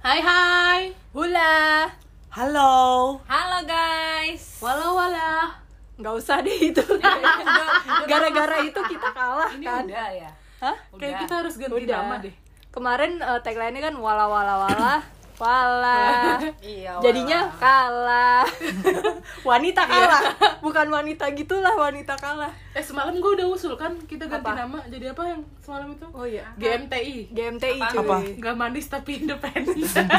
Hai hai. Hula. Halo. Halo guys. Wala. Nggak usah deh itu. Gara-gara itu kita kalah Ini kan. udah ya. Hah? Kayak kita harus ganti nama deh. Kemarin tagline-nya kan wala wala. Iya. Jadinya kalah. Wanita kalah. Bukan wanita gitulah, wanita kalah. Semalam gue udah usul kan kita ganti Apa? nama. Jadi apa yang semalam itu? Oh iya. GMTI. GMTI Apa? cuy. Apa? Gak manis tapi independen.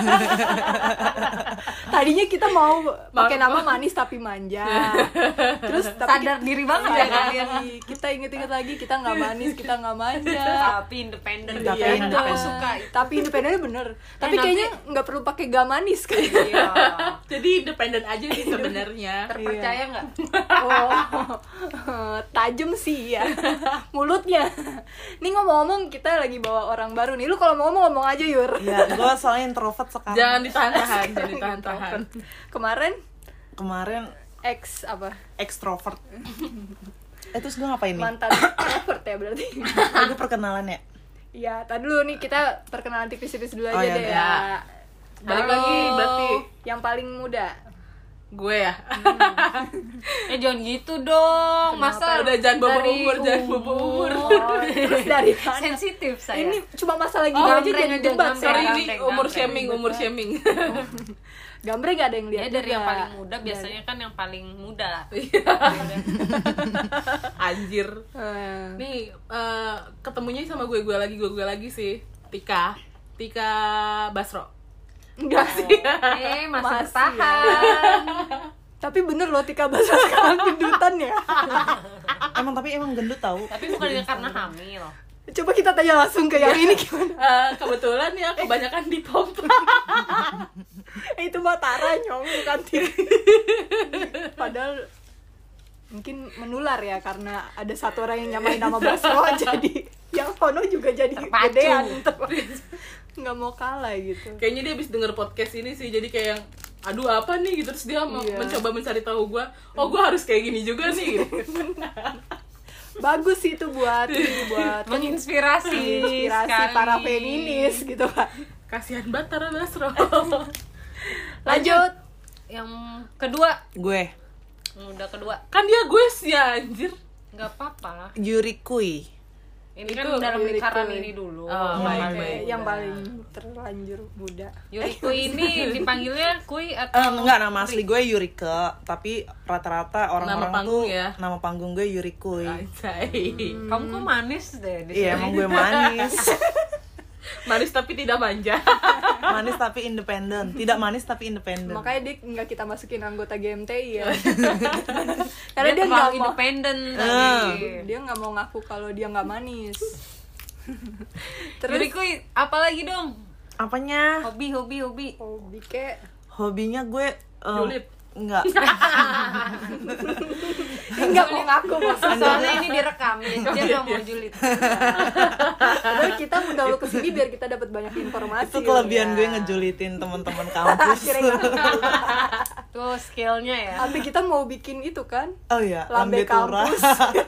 Tadinya kita mau pakai nama manis tapi manja. Terus tapi Sadar diri banget Iya, ya kalian. kita inget-inget lagi kita nggak manis, kita nggak manja. Tapi independen. Tapi Iya, independen. aku suka itu. Tapi independennya bener. Tapi nanti- kayaknya nggak perlu pakai gak manis kan. Iya. Jadi independen aja sih sebenarnya. Terpercaya nggak? Oh, tajam sih ya mulutnya. Nih ngomong-ngomong kita lagi bawa orang baru nih. Lu kalau mau ngomong aja Yur. Iya, gue soalnya introvert sekarang. Jangan ditahan-tahan, jangan ditahan-tahan. Kemarin Ex apa? extrovert. Terus gue ngapain nih? Mantan introvert ya berarti. Gue perkenalan ya. Iya, tadi dulu nih kita perkenalan tipis-tipis dulu aja Oh, iya, deh iya. ya. Balik Halo, lagi berarti. yang paling muda. Gue ya. Jangan gitu dong. Masa Udah jangan bawa dari umur, jangan bawa umur. Oh, terus dari mana? Sensitif saya. Ini cuma masalah gini Oh, aja gambreng jadi aja, debat. gambreng. Sorry Sorry. ini umur shaming. Gambreng gak ada yang lihat. Ya dari yang juga. paling muda biasanya kan yang paling muda. Anjir. Eh, Nih ketemunya sama gue lagi sih. Tika Basro. enggak sih. Masih Masih bertahan. Tapi bener loh Tika Basro sekarang gendutan ya. Emang gendut tau. Tapi bukan karena hamil. Coba kita tanya langsung ke yang ini gimana. Kebetulan ya kebanyakan di pompa. Itu mah Tara nyong bukan Tika. Padahal mungkin menular ya karena ada satu orang yang nyamain nama Basro jadi yang Hono juga jadi Terpacu. gedean nggak mau kalah gitu. Kayaknya dia habis denger podcast ini sih, jadi kayak yang aduh apa nih gitu, terus dia Iya. mencoba mencari tahu gue. Oh gue harus kayak gini juga nih gitu. Bagus sih itu buat Menginspirasi inspirasi sekali. para feminis gitu kan. Kasihan banget Tara Basro. Lanjut. Yang kedua, Gue udah kedua. Kan dia gue sih ya anjir. Nggak apa-apa. Yuri Kui. Ini Itu kan dalam Yuriko. lingkaran ini dulu. Oh, baik. Oke, yang paling terlanjur muda. Yuriko ini dipanggilnya Kui atau Enggak, nama asli gue Yurike, tapi rata-rata orang-orang Nama panggung tuh ya? nama panggung gue Yuri Kui. Anjay. Kamu kok manis deh di Iya, sini. emang gue manis. Manis tapi tidak manja. Manis tapi independen. Tidak manis tapi independen. Makanya dia nggak kita masukin anggota GMTI ya. Karena dia nggak terlalu mau independen tadi. dia nggak mau ngaku kalau dia nggak manis. Terus Yuriko apa lagi dong? Apanya? Hobi. hobi kek Hobinya gue Julid. enggak. nggak mau ngaku maksudnya. Soalnya ini direkam, jadi dia nggak mau julid. Padahal kita undang lu kesini biar kita dapat banyak informasi. Itu kelebihan ya. gue ngejulitin teman-teman kampus. Akhirnya nggak tahu. Tuh skillnya ya. Tapi kita mau bikin itu kan Oh iya, lambe lambe tura. kampus.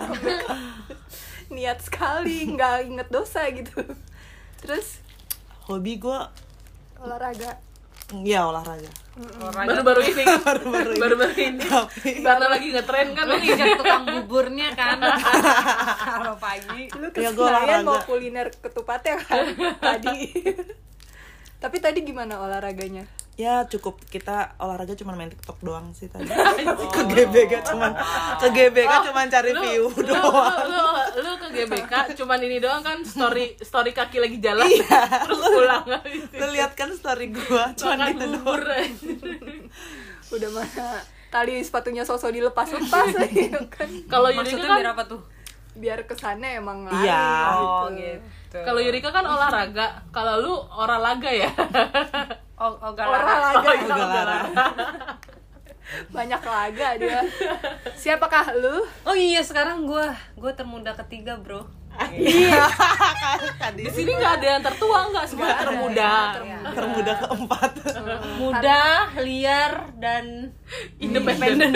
Niat sekali, nggak inget dosa gitu. Terus Hobi gue olahraga. ya olahraga. Baru-baru ini. Baru-baru ini. Karena lagi ngetren kan. Lu nginjak tukang buburnya kan. Kalau pagi. Lu Ya, gua kesenayan mau olahraga. kuliner ketupatnya kan tadi. Tapi tadi gimana olahraganya? Ya cukup, kita olahraga cuma main TikTok doang sih tadi. Ke GBK cuman cari view doang. Lu ke GBK cuman ini doang kan, story kaki lagi jalan. Iya. Terus pulang. Lu lihat kan story gua cuman Makan itu bubur. doang. Udah mana tali sepatunya sosok dilepas-lepas lagi kan. Kalau Yurika Maksudnya kan biar apa tuh? Biar kesannya emang lari Iya. Oh gitu. gitu. kalau Yurika kan olahraga, kalau lu olahraga ya. Galara. Olahraga. Galara. Banyak laga dia. Siapakah lu? Oh iya, sekarang gue termuda ketiga, bro. Iya. Di sini nggak ada yang tertua, nggak, semua termuda. Termuda keempat. Muda, liar, dan Independen.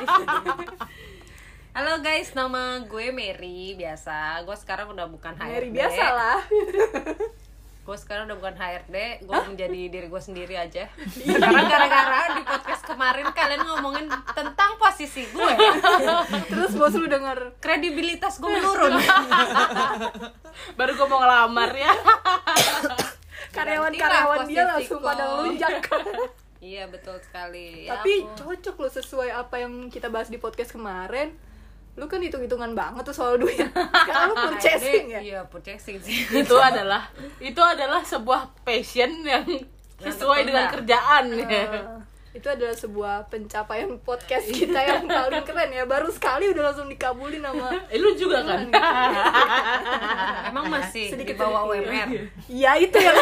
Halo guys, nama gue Mary biasa. Gue sekarang udah bukan HRD. Mary biasa lah. Gue sekarang udah bukan HRD, gue menjadi diri gue sendiri aja. Sekarang gara-gara di podcast kemarin kalian ngomongin tentang posisi gue, Terus bos lu denger. kredibilitas gue menurun. Baru gue mau ngelamar ya. Karyawan-karyawan dia langsung posisiku. pada lunjak. Iya betul sekali. Ya Tapi ampun. cocok loh sesuai apa yang kita bahas di podcast kemarin. Lu kan hitung-hitungan banget tuh soal duit. Sekarang lu purchasing ya? Iya purchasing sih. itu adalah sebuah passion yang sesuai dengan kerjaan ya. Itu adalah sebuah pencapaian podcast kita yang paling keren ya. Baru sekali udah langsung dikabulin sama Lu juga kan? Emang masih di Sedikit bawah sedikit. UMR. ya itu yang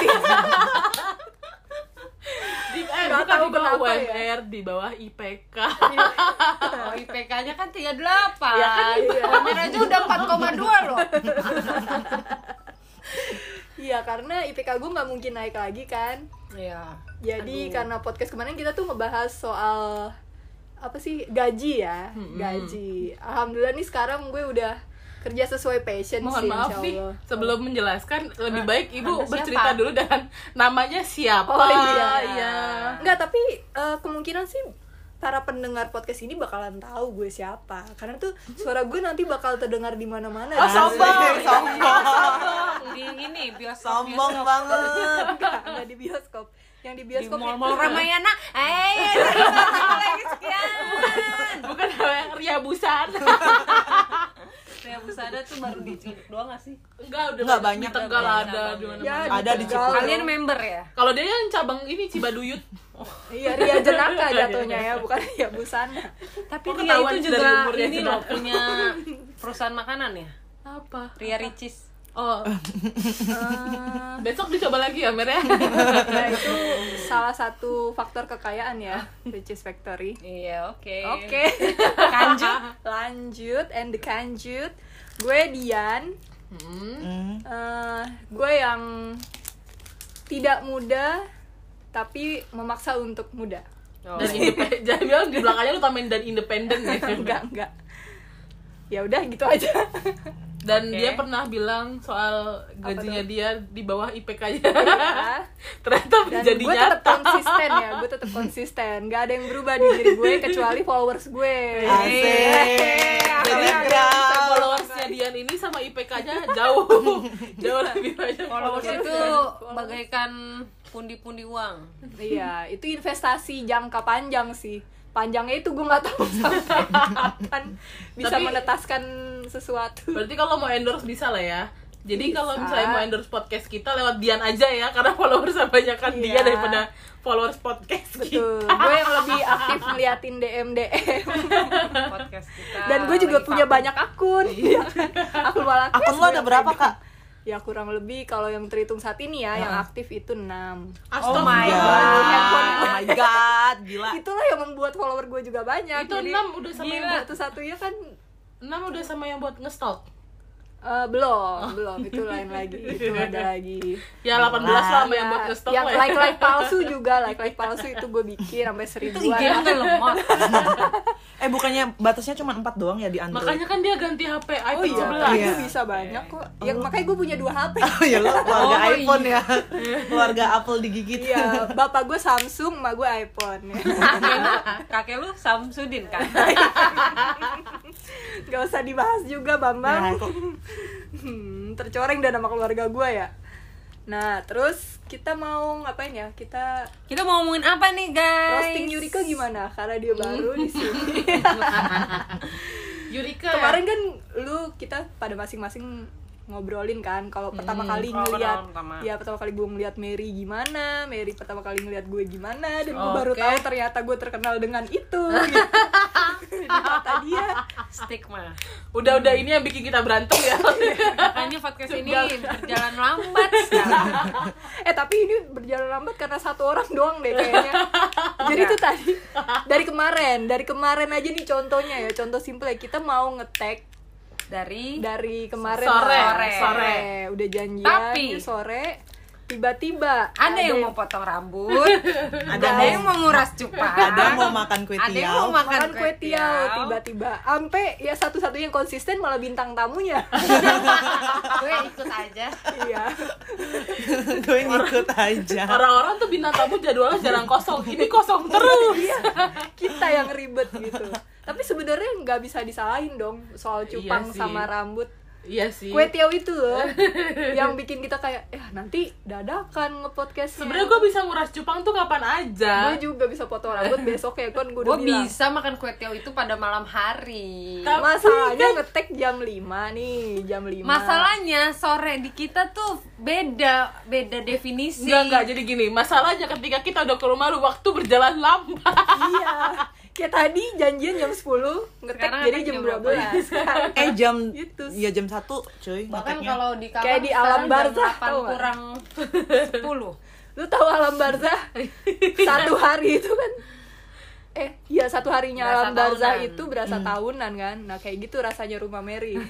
Bukan tahu di bawah kenapa ya. UMR, di bawah IPK. Oh, IPK-nya kan 38. Ya kan, iya. UMR aja udah 4,2 loh. Iya, karena IPK gue nggak mungkin naik lagi kan. Iya. Jadi karena podcast kemarin kita tuh ngebahas soal apa sih, gaji ya, gaji. Alhamdulillah nih sekarang gue udah kerja sesuai passion Mohon sih, maaf insya nih, Allah. sebelum menjelaskan lebih baik Ibu Anda siapa? bercerita dulu dan namanya siapa. Oh iya. Iya. Enggak, tapi kemungkinan sih para pendengar podcast ini bakalan tahu gue siapa. Karena tuh suara gue nanti bakal terdengar di mana-mana. Oh, sombong. Di ini bioskop. Sombong banget. Enggak di bioskop. Yang di Di bioskop mall-mall itu- Ramayana. Lagi sekian. Bukan Ria Busana. Ria Busana tuh baru di Cilik doang gak sih? Enggak, udah Enggak, di banyak. Tegal ada di Ya, mana-mana. Ada di Tegal. Kalian member ya? Kalau dia yang cabang ini Cibaduyut. Iya, Ria Jenaka jatuhnya ya, bukan Ria Busana. Tapi Kok Ria ketahuan itu sih dari juga umurnya ini kenapa? loh punya perusahaan makanan ya? Apa? Ria Ricis. Oh. Besok dicoba lagi ya, Mer ya. Nah, itu salah satu faktor kekayaan ya, Riches Factory. Iya, oke. Oke. Lanjut and kanjut. Gue Dian. Gue yang tidak muda tapi memaksa untuk muda. Dan independen. Jangan bilang di belakangnya lu tambahin dan independen ya. Enggak. Ya udah gitu aja. Dan Oke. dia pernah bilang soal gajinya tuh? dia di bawah IPK-nya. Ya. Ternyata Dan menjadi gue tetap nyata. konsisten ya, gue tetap konsisten. Gak ada yang berubah di diri gue kecuali followers gue. Asik. Selebgram. Followersnya Dian ini sama IPK-nya jauh lebih banyak. Followers Followers. itu bagaikan pundi-pundi uang. Iya, itu investasi jangka panjang sih. Panjangnya itu gue nggak tahu sampai kapan bisa Tapi- menetaskan sesuatu. Berarti kalau mau endorse bisa lah ya. Jadi Bisa. kalau misalnya mau endorse podcast kita lewat Dian aja ya, karena followersnya banyak kan dia Iya. daripada followers podcast Betul. kita. Gue yang lebih aktif ngeliatin DM. Podcast kita. Dan gue juga lagi punya vakum. banyak akun. Akun malah Akun lo ada berapa, Kak? Ya kurang lebih kalau yang terhitung saat ini ya, yang aktif itu 6. Oh my Handphone gue. god. Oh my god, gila. Itulah yang membuat follower gue juga banyak. Itu 6 udah sama yang buat satu-satunya kan 6 udah sama yang buat nge-stalk. belum itu lain lagi, itu ada lagi. Ya 18 lah sama yang Ya, buat nge-stalk yang lah ya. like palsu juga, like palsu itu gue bikin sampai 1000-an. Itu IG lu kan lemot. Bukannya batasnya cuma 4 doang ya di Android? Makanya kan dia ganti HP Oh iPhone iya, 11. itu bisa banyak kok. Ya makanya gue punya 2 HP. Oh ya lo keluarga Oh, iPhone ya. Keluarga Apple digigit. Iya, bapak gue Samsung, emak gue iPhone. Kakek lu Samsudin kan? Gak usah dibahas juga, Bambang. Nah, kok Tercoreng dah nama keluarga gue ya. Nah, terus kita mau ngapain ya? Kita Kita mau ngomongin apa nih guys? roasting Yurika gimana? Karena dia baru di sini. Yurika Kemarin kan kita pada masing-masing ngobrolin kan kalau pertama kali ngelihat pertama kali gue ngeliat Mary gimana, Mary pertama kali ngeliat gue gimana, dan gue baru Oke. tahu ternyata gue terkenal dengan itu gitu. Di mata dia. Stigma. Udah ini yang bikin kita berantem ya. Makanya podcast ini berjalan lambat sekali. Tapi ini berjalan lambat karena satu orang doang deh kayaknya. Jadi itu tadi dari kemarin aja nih contohnya ya, contoh simple ya, kita mau nge-tag Dari dari kemarin Sore. lah, udah janjian Tapi- sore tiba-tiba Ada yang mau potong rambut, ada yang mau nguras cupang, Ada yang mau makan kue ada yang mau tiaw. makan makan kue tiaw tiba-tiba sampai ya satu-satunya yang konsisten malah bintang tamunya. Gue ikut aja. Iya. Gue ngikut aja. Orang-orang tuh bintang tamu jadwalnya jarang kosong. Ini kosong terus. Kita yang ribet gitu. Tapi sebenarnya nggak bisa disalahin dong soal cupang Iya sih. sama rambut. Iya sih. Kue tiaw itu loh yang bikin kita kayak nanti dadakan nge-podcastnya. Sebenarnya gue bisa nguras cupang tuh kapan aja. Gue juga bisa potong rambut besok ya kan gue Gue udah bilang. bisa makan kue tiaw itu pada malam hari. Masalahnya ngetek jam 5 nih, jam 5. Masalahnya sore di kita tuh beda definisi. Enggak, jadi gini, masalahnya ketika kita udah ke rumah lu waktu berjalan lambat. Iya. Kayak tadi janjian jam 10 ngetek Sekarang jadi ngetek jam jam berapa? Jam Gitu. iya jam 1 cuy Bahkan ngeteknya. kalau di kamar Kayak di alam barzah, jam 8 tau gak? kurang 10. Lu tahu alam barzah? Satu hari itu kan iya satu harinya Berasa alam barzah tahunan. itu berasa tahunan kan. Nah, kayak gitu rasanya rumah Mary.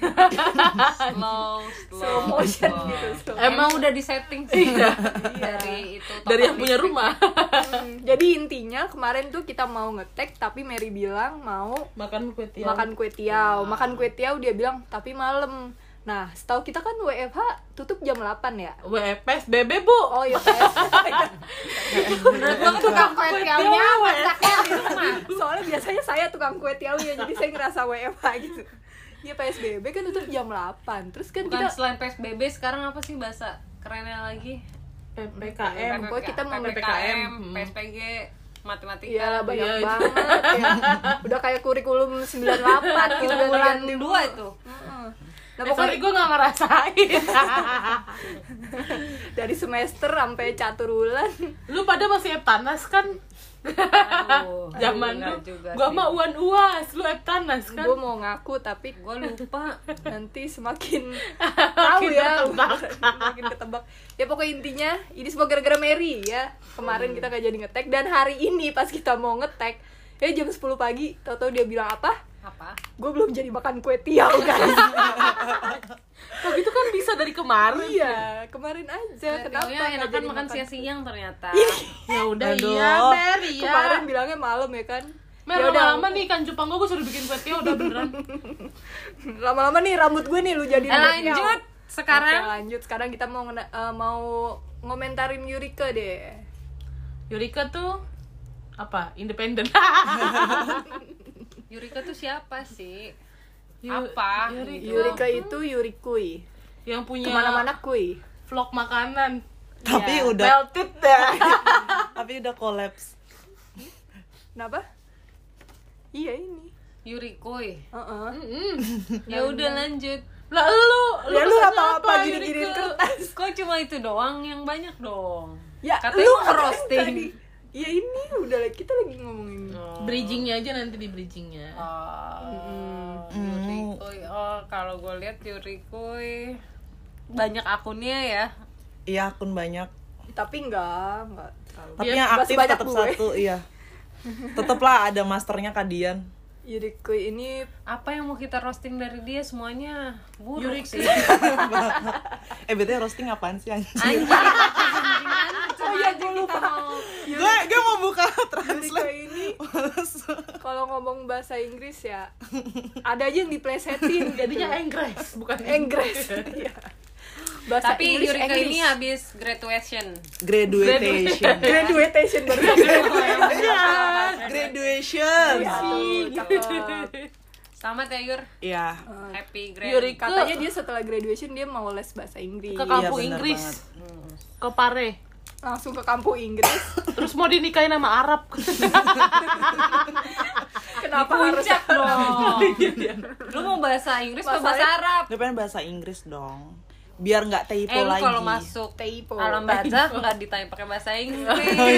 slow motion gitu, slow. Emang udah disetting sih dari itu Dari yang total punya listrik. rumah. Jadi intinya kemarin tuh kita mau ngetek tapi Mary bilang mau Makan kue tiaw. makan kue tiaw. Makan kue tiaw dia bilang tapi malam. Nah, setahu kita kan WFH tutup jam 8 ya. PSBB, Bu. Oh iya, PS. Menurut lo tukang kue tiawnya masaknya di rumah. Soalnya biasanya saya tukang kue tiawnya, jadi saya ngerasa WFH gitu. Iya, PSBB kan tutup jam 8. Terus kan Bukan kita selain PSBB sekarang apa sih bahasa kerennya lagi? PPKM. Pokoknya kita mau PPKM, Hmm. PSPG, matematika. Iya banyak Iya. banget ya. Udah kayak kurikulum 98 Kita udah bulan ganti 2 itu. Nah, Sorry pokoknya gue gak ngerasain. dari semester sampai catur bulan. Lu pada masih Eptanas kan? Aduh, Zaman enggak lu. juga Gua sih. mah UAN, lu Eptanas kan? Gue mau ngaku tapi Gue lupa. nanti semakin tahu ya ketebak. semakin ketebak ya pokoknya intinya ini semua gara-gara Mary ya kemarin kita gak jadi ngetek dan hari ini pas kita mau ngetek ya jam 10 pagi tau-tau dia bilang apa Apa? gue belum jadi makan kue tiaw guys. Kok gitu kan bisa dari kemarin? Iya kemarin aja kenapa Kenapa nggak enakan jadi makan siang-siang ternyata. Ya udah Aduh. iya, Mer, iya. kemarin bilangnya malam ya kan. Mer, Ya udah, lama-lama nih kan cupang gue suruh bikin kue tiaw udah beneran. lama-lama nih rambut gue nih lu jadi Lanjut sekarang. lanjut sekarang kita mau mau ngomentarin Yurika deh. Yurika tuh apa? Independen. Yurika tuh siapa sih? Yu- Apa? Yurika. Yurika itu Yurikui Yang punya kemana-mana kui. vlog makanan. Tapi Iya. udah Melted dah. tapi udah collapse. Kenapa? Iya ini. Yurikoi. Heeh. Ya udah lanjut. Lah lu Ya lu pesannya apa-apa apa, gini-giniin Yurika? kertas. Kok cuma itu doang yang banyak dong? Ya Katanya lu mau kan roasting. tadi. Ya ini udah kita lagi ngomongin. Bridgingnya aja nanti di bridgingnya. Yurikoi. Oh, kalau gue lihat Yurikoi banyak akunnya ya. Iya akun banyak. Tapi enggak terlalu. Tapi Dia yang masih aktif banyak tetap gue. satu, iya. Tetaplah ada masternya Kadian. Yurikui ini Apa yang mau kita roasting dari dia semuanya buruk Yurika. sih. BTW roasting apaan sih anjing? Anjing. oh iya gue lupa. Gue mau buka Yurika translate. ini kalau ngomong bahasa Inggris ya ada aja yang diplesetin Jadinya Inggris, bukan Inggris. Iya. Bahasa Tapi English, Yurika English. ini habis graduation. Graduation. graduation baru. Graduation. Aduh, cakep. Selamat ya Yur. Iya. Happy grad. Yurika Katanya dia setelah graduation dia mau les bahasa Inggris. ke kampung Iya, bener Inggris. banget. Ke Pare. Langsung ke kampung Inggris. Terus mau dinikahin sama Arab. Kenapa harus Puncak dong. Lu mau bahasa Inggris atau bahasa Masalahnya- Arab? Dia pengen bahasa Inggris dong. Biar nggak typo Lu lagi. kalau masuk Typo. alam barzah nggak ditanya pakai bahasa Inggris.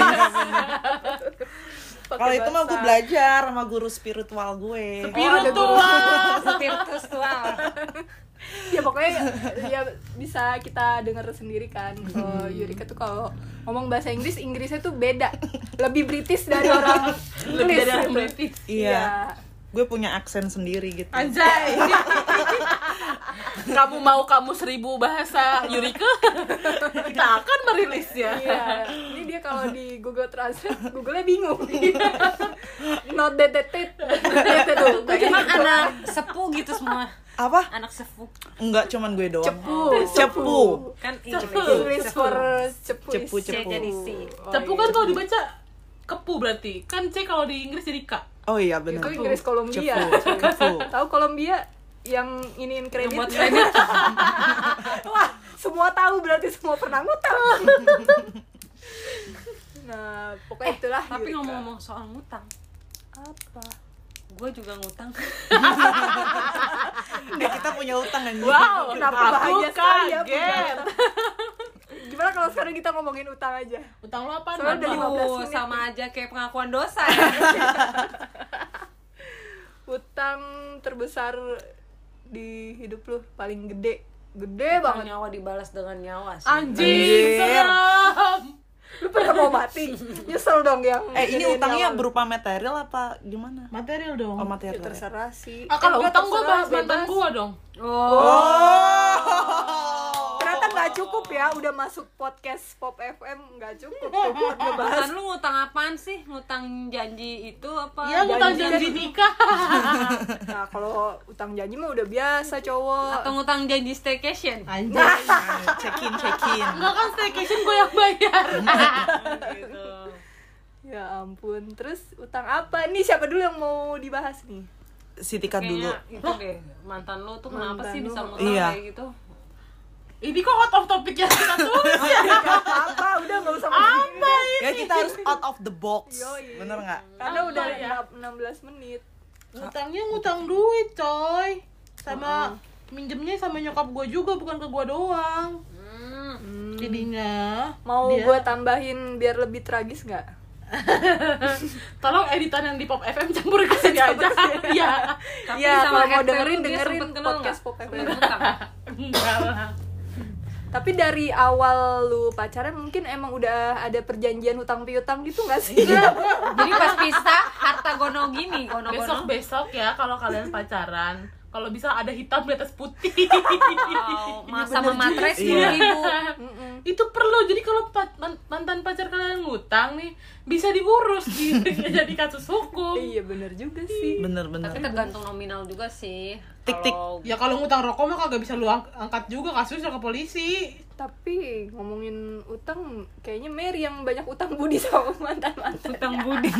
Kalau itu mah gue belajar sama guru spiritual gue. Spiritual. Ya pokoknya ya bisa kita dengar sendiri kan. Kalau Yurika tuh kalau ngomong bahasa Inggris, Inggrisnya tuh beda. Lebih British dari orang Lebih Inggris. dari orang gitu. British. Iya. Gue punya aksen sendiri gitu. Anjay. kamu mau kamu 1000 bahasa Yurika, kita akan merilisnya. Iya, ini dia kalau di Google Translate, Google-nya bingung. Not detected. Tuh, Gue cuma anak sepuh gitu semua. Apa? Anak sepuh. Enggak, cuman gue doang. cepu. Kan English for cepu. Cepu, is- cepu. jadi C. Cepu kan kalau dibaca kepu berarti. Kan C kalau di Inggris jadi K. Oh iya benar. Itu Inggris Kolombia. Cepu. Tahu Kolombia yang iniin kredit? Buat kredit. Wah, semua tahu berarti semua pernah ngutang. Nah, pokoknya itulah. Tapi Yurika. ngomong-ngomong soal ngutang, Apa? gue juga ngutang. Enggak, kita punya utang anjing. Wow, Kenapa aku bahagia sekali ya, kaget. Gimana kalau sekarang kita ngomongin utang aja? Utang lo apa? Soalnya udah 15 Aduh, menit sama nih. aja kayak pengakuan dosa ya. Utang terbesar di hidup lu paling gede Utang banget. nyawa dibalas dengan nyawa sih. Anjing, seram. Lu pernah mau mati? Nyesel dong yang Ini gedein utangnya nyawa lu. berupa material apa gimana? Material dong. Oh, Ya, material. terserah sih. Kalau Enggak, utang gua terserah, bahas mantan bebas. gua dong. Ternyata nggak cukup ya, udah masuk podcast Pop FM nggak cukup tuh buat ngebahas. Kan lu ngutang apaan sih? Ngutang janji itu apa? Iya, ngutang Janji janji kan. nikah. Nah kalau utang janji mah udah biasa cowok. Atau ngutang janji staycation? Anjing. Cekin. Enggak kan staycation gua yang bayar. Gitu. Ya ampun. Terus utang apa? Nih siapa dulu yang mau dibahas nih? Si Tika dulu. Kayaknya itu deh, mantan lu tuh kenapa Mantan sih lu. bisa ngutang Iya. kayak gitu? Ini kok out of topic ya kita tulis ya. Gak apa-apa, udah nggak usah ngomongin ini. Ya kita harus out of the box. Yoi. Bener nggak? Karena Apa udah ya? 16 menit. Ngutangnya ngutang duit, coy. Sama minjemnya sama nyokap gua juga, bukan ke gua doang. Jadinya Mau dia- gue tambahin biar lebih tragis nggak? tolong editan yang di Pop FM campur ke sini aja. Iya. Tapi Iya, sama kalau mau RT lu dengerin, dia dengerin sempet kenal podcast nggak? Pop FM. Sebelum ngutang. Enggak lah. Tapi dari awal lu pacaran mungkin emang udah ada perjanjian hutang piutang gitu nggak sih? Jadi pas pisah harta gono gini, gono-gono. Besok-besok ya kalau kalian pacaran, kalau bisa ada hitam di atas putih. Wow, sama matres Iya. 10.000. Itu perlu. Jadi kalau mantan pacar kalian ngutang nih, bisa diurus gitu. Jadi kasus hukum. Iya bener juga sih. Bener. Tapi tergantung nominal juga sih. Tik-tik. Kalau Ya kalau ngutang rokok mah kagak bisa lu angkat juga kasusnya ke polisi. Tapi ngomongin utang, kayaknya Mary yang banyak utang budi sama mantan-mantan. utang budi.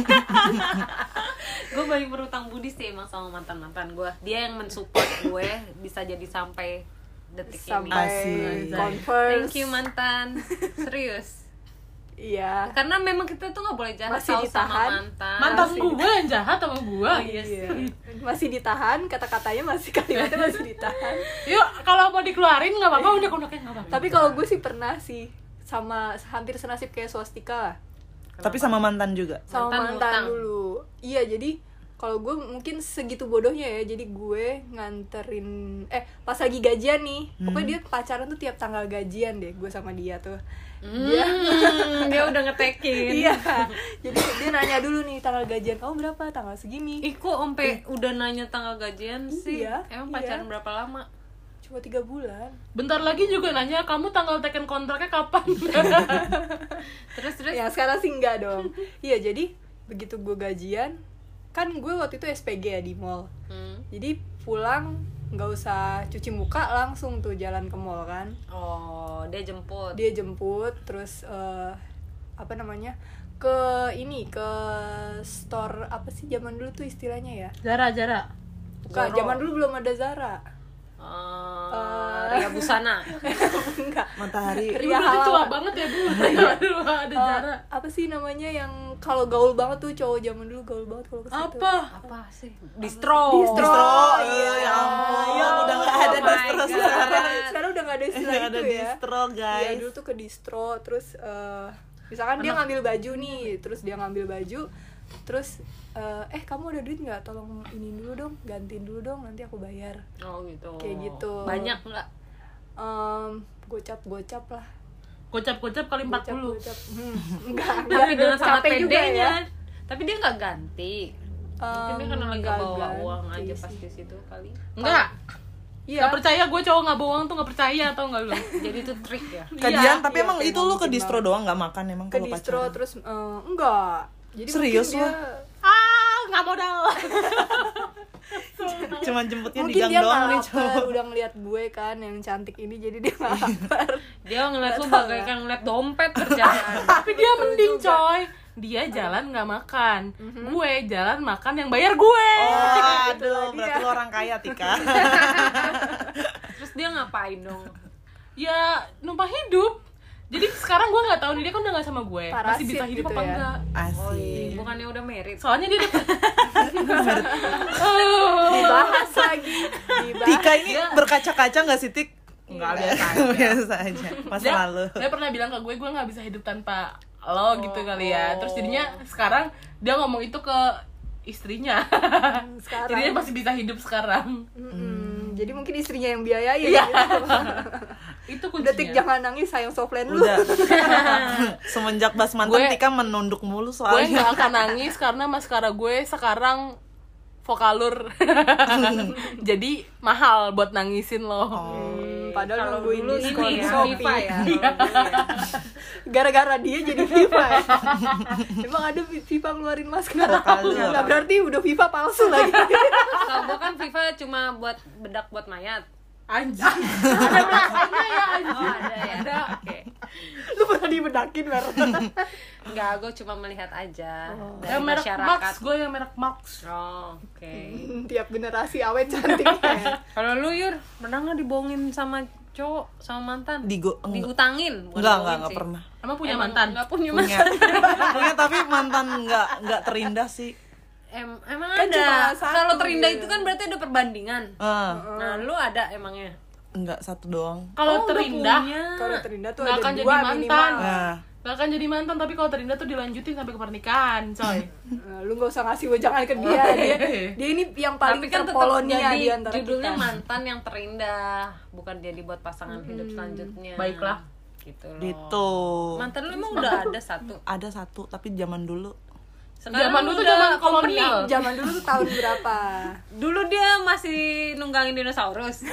Gue banyak berutang budi sih emang sama mantan-mantan gue. Dia yang mensupport gue bisa jadi sampai detik ini. Sampai Asik. converse. Thank you mantan. Serius. Iya. Karena memang kita tuh nggak boleh jahat Masih tau sama ditahan. mantan. Mantan Asik. gue yang jahat sama gue. Iya. Masih ditahan, kata-katanya masih kalimatnya masih ditahan. Yuk, kalau mau dikeluarin nggak apa-apa, unek-uneknya nggak apa-apa. Tapi kalau gue sih pernah sih sama hampir senasib kayak Swastika lah. Tapi sama mantan juga. Sama Mantan mantan ngutang. dulu. Iya, jadi kalau gue mungkin segitu bodohnya ya, jadi gue nganterin pas lagi gajian nih, pokoknya dia pacaran tuh tiap tanggal gajian deh gue sama dia tuh. Dia udah ngetekin. Iya, jadi dia nanya dulu nih tanggal gajian kamu berapa, tanggal segini. Ih kok sampai udah nanya tanggal gajian sih? Iya, Emang iya. pacaran berapa lama? Cuma 3 bulan. Bentar lagi juga nanya, kamu tanggal teken kontraknya kapan? Terus Ya sekarang sih enggak dong. Iya, jadi begitu gue gajian, kan gue waktu itu SPG ya di mall. Jadi pulang nggak usah cuci muka, langsung tuh jalan ke mall kan. Oh, dia jemput. Dia jemput, terus apa namanya, ke store apa sih zaman dulu tuh istilahnya ya? Jara. Bukan, Zoro. zaman dulu belum ada Zara. Ria Busana. Enggak. Matahari. Ria Udah tua halal. banget ya dulu. Aduh, ada Jara. Apa sih namanya yang kalau gaul banget tuh, cowok zaman dulu gaul banget kalau ke situ. Apa? Apa sih? Distro. Distro. Iya, ya ampun. Ya Udah nggak ada Oh my distro God. sekarang. Sekarang udah nggak ada istilah Nggak ada itu ya. distro, Iya, guys. dulu tuh ke distro, terus misalkan dia ngambil baju nih, terus dia ngambil baju, terus kamu ada duit nggak? Tolong ini dulu dong, gantiin dulu dong, nanti aku bayar. Oh gitu. Kayak gitu. Banyak nggak? Gocap lah. Gocap kali 40. Gocap. Enggak, Tapi dengan sangat capek juga ya. pedenya. Tapi dia nggak ganti. Mungkin dia karena lagi Nggak bawa ganti uang aja pas sih. di situ kali. Enggak. Iya. Gak percaya gue cowok nggak bohong tuh, nggak percaya tau nggak lu? Jadi itu trik ya. Kadian, tapi iya, emang kayak itu lu ke mungkin distro doang nggak makan emang Ke kalau distro pacaran? terus enggak. Jadi Serius mungkin lu? Nggak modal. Cuman jemputnya di mungkin gang dia doang nggak nih lapar, cowok. udah ngeliat gue kan yang cantik ini, jadi dia nggak lapar. Dia ngeliat lu Nggak tahu bagaikan ya. ngeliat dompet kerjaan. Tapi dia mending coy. Dia jalan nggak makan, gue jalan makan yang bayar gue. Oh, aduh, lagi berarti ya. lu orang kaya, Tika. Terus dia ngapain dong? Ya numpang hidup. Jadi sekarang gue nggak tahu nih dia kan udah nggak sama gue, masih Parasit bisa hidup gitu apa ya. enggak? Oh iya, Asik. bukannya udah married. Soalnya dia Dibahas lagi, dibahas. Tika ini berkaca-kaca nggak sih, Tik? nggak biasa aja. Biasa aja. Masa Dia, lalu. dia pernah bilang ke gue nggak bisa hidup tanpa lo gitu kali ya. Terus jadinya sekarang dia ngomong itu ke istrinya. Sekarang. Jadi dia masih bisa hidup sekarang. Jadi mungkin istrinya yang biayain. Iya. Gitu. Itu Detik kuncinya. jangan nangis, sayang softland lu. Udah. Semenjak bahas mantan, Gue- Tika menunduk mulu Gue soalnya. nggak akan nangis karena maskara gue sekarang Vokalur. Jadi mahal buat nangisin lo. Padahal Kalau nungguin dulu diskon ini ya, Shopee. FIFA ya. Gara-gara dia jadi FIFA ya. Emang ada FIFA ngeluarin masker. Vokalur. Nggak berarti udah FIFA palsu lagi. Kalau gue kan FIFA cuma buat bedak buat mayat. Anjing. Ada belakangnya ya anjing. Oh ada ya. Ada. Oke. Lu pernah dibedakin, Mer? Enggak, gue cuma melihat aja dari Yang merek masyarakat. Max, gue yang merek Max. Oh, oke. Tiap generasi awet cantiknya. Kalau lu Yur, pernah nggak dibohongin sama cowok, sama mantan? Diutangin? Bukan Enggak dibohongin sih. pernah. Emang punya Emang mantan? Nggak punya Punya. mantan. Punya tapi mantan nggak terindah sih. Emang Kan cuma ada. satu Kalau terindah gitu. itu kan berarti ada perbandingan. Nah, lu ada emangnya? Enggak, satu doang. Kalau udah terindah punya. Kalau terindah tuh nggak ada akan dua jadi mantan. minimal. Nah, Gak akan jadi mantan, tapi kalau terindah tuh dilanjutin sampai ke pernikahan, coy. Lu gak usah ngasih wejangan ke dia. Dia ini yang paling Tapi kan tetap terpolonia jadi di antara judulnya kita. mantan yang terindah, bukan jadi buat pasangan hidup selanjutnya. Baiklah. Gitu loh. gitu. Mantan lu emang udah ada satu. Ada satu, tapi zaman dulu. Zaman dulu tuh udah zaman company. kolonial. Zaman dulu tuh tahun berapa? Dulu dia masih nunggangin dinosaurus.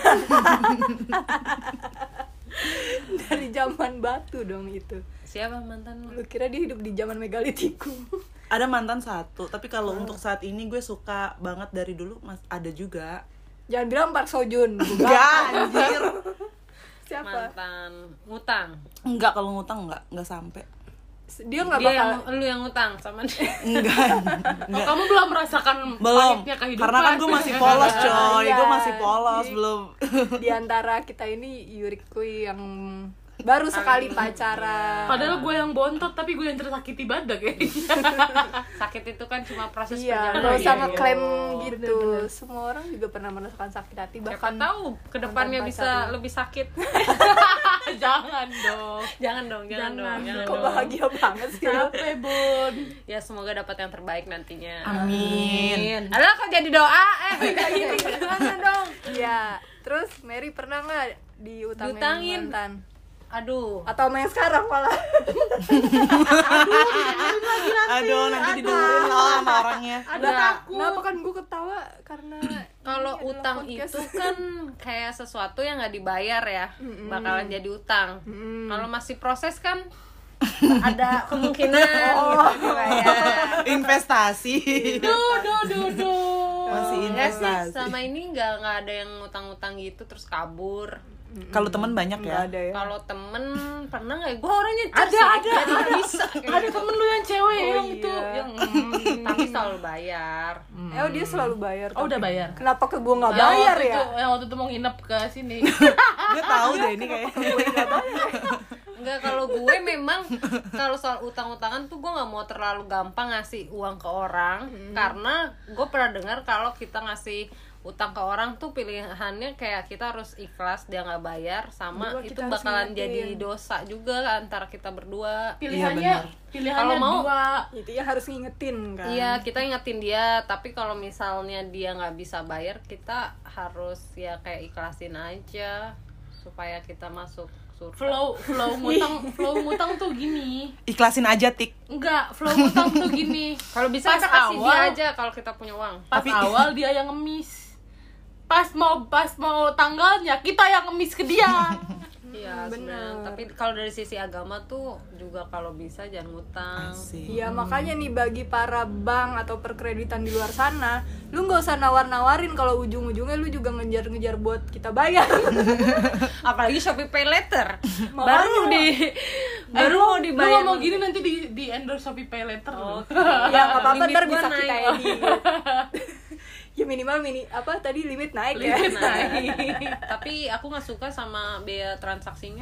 Dari zaman batu dong itu. Siapa mantan lu? Lu kira dia hidup di zaman megalitikum? Ada mantan satu, tapi kalau untuk saat ini gue suka banget dari dulu, Mas, ada juga. Jangan bilang Park Seo Joon. Enggak, anjir. Siapa? Mantan ngutang. Enggak, kalau ngutang enggak sampai. Dia nggak Dia bakal. yang lu yang ngutang sama dia. Enggak. Oh, kamu belum merasakan Belum. pahitnya kehidupan. Karena kan gue masih polos, coy. Iya. Gue masih polos, belum. Di antara kita ini Yuriko yang baru sekali pacaran. Padahal gue yang bontot, tapi gue yang tersakiti badak ya. Sakit itu kan cuma proses Iya, perjalanan. nggak usah iya. ngeklaim Oh, gitu. Semua orang juga pernah merasakan sakit hati, Siapa bahkan tahu kedepannya mantan bisa pacarnya. lebih sakit. Jangan dong. Jangan dong, jangan dong. kok bahagia banget sih. lu? Capek, Bun. Ya semoga dapat yang terbaik nantinya. Amin. Alah kok jadi doa? Kayak gini gimana dong? Iya. Terus Mary pernah nggak diutangin Diutangin. mantan? Aduh. Atau sama yang sekarang malah? Aduh, nanti didengerin loh sama orangnya. Ada Nggak. takut. Kenapa kan gue ketawa karena Kalau ini adalah utang podcast. itu kan kayak sesuatu yang nggak dibayar ya, bakalan jadi utang. Kalau masih proses kan ada kemungkinan gitu dibayar. Investasi. Masih Enggak sih, investasi. selama ini nggak ada yang utang-utang gitu terus kabur. Kalau teman banyak nggak ya. ada ya. Kalau temen pernah nggak? Gue orangnya Ada. bisa. Ada temen lu yang cewek yang itu. Yang tapi selalu bayar. Oh dia selalu bayar. Oh, tapi udah bayar. Kenapa ke gue nggak Yang bayar waktu ya? itu- yang waktu itu mau nginep ke sini. Gue tahu deh ini kayak. Enggak, kalau gue memang kalau soal utang-utangan tuh gue nggak mau terlalu gampang ngasih uang ke orang karena gue pernah dengar kalau kita ngasih utang ke orang tuh pilihannya kayak kita harus ikhlas dia nggak bayar sama Berdua itu kita harus bakalan ngingetin. jadi dosa juga antara kita berdua. Pilihannya Kalau mau- dua. Itu ya harus ngingetin kan. Iya, kita ingetin dia, tapi kalau misalnya dia nggak bisa bayar, kita harus ya kayak ikhlasin aja supaya kita masuk surga. Flow ngutang tuh gini. Ikhlasin aja, Tik. Enggak, flow ngutang tuh gini. Kalau bisa Pas kita kasih dia awal- aja kalau kita punya uang. Pas Tapi- awal dia yang ngemis. pas mau tanggalnya kita yang ngemis ke dia. Iya, bener. sebenarnya. Tapi kalau dari sisi agama tuh juga kalau bisa jangan ngutang. Asik. Iya makanya nih bagi para bank atau perkreditan di luar sana, lu nggak usah nawar-nawarin kalau ujung-ujungnya lu juga ngejar-ngejar buat kita bayar. Apalagi Shopee Pay Later. Makanya. baru mau Lu dibayar. ngomong gini nanti di endorse Shopee Pay Later. Oh, Ya nggak apa-apa, limit ntar gua bisa naik. kita edit. Ya minimal tadi limit naik ya. Limit naik. Tapi aku nggak suka sama biaya transaksinya.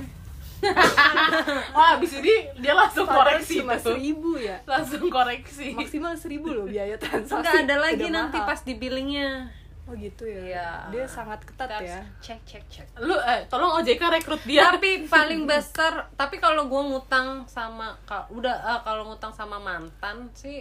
Wah, abis ini dia langsung Padahal koreksi cuma tuh. 1.000 ya. Langsung koreksi. Maksimal 1.000 loh biaya transaksi. Nggak ada lagi Udah nanti mahal. pas di billingnya. Oh gitu ya. Iya. Dia sangat ketat ya. Cek. Lu tolong OJK rekrut dia. Tapi paling besar, tapi kalau gue ngutang sama kalau ngutang sama mantan sih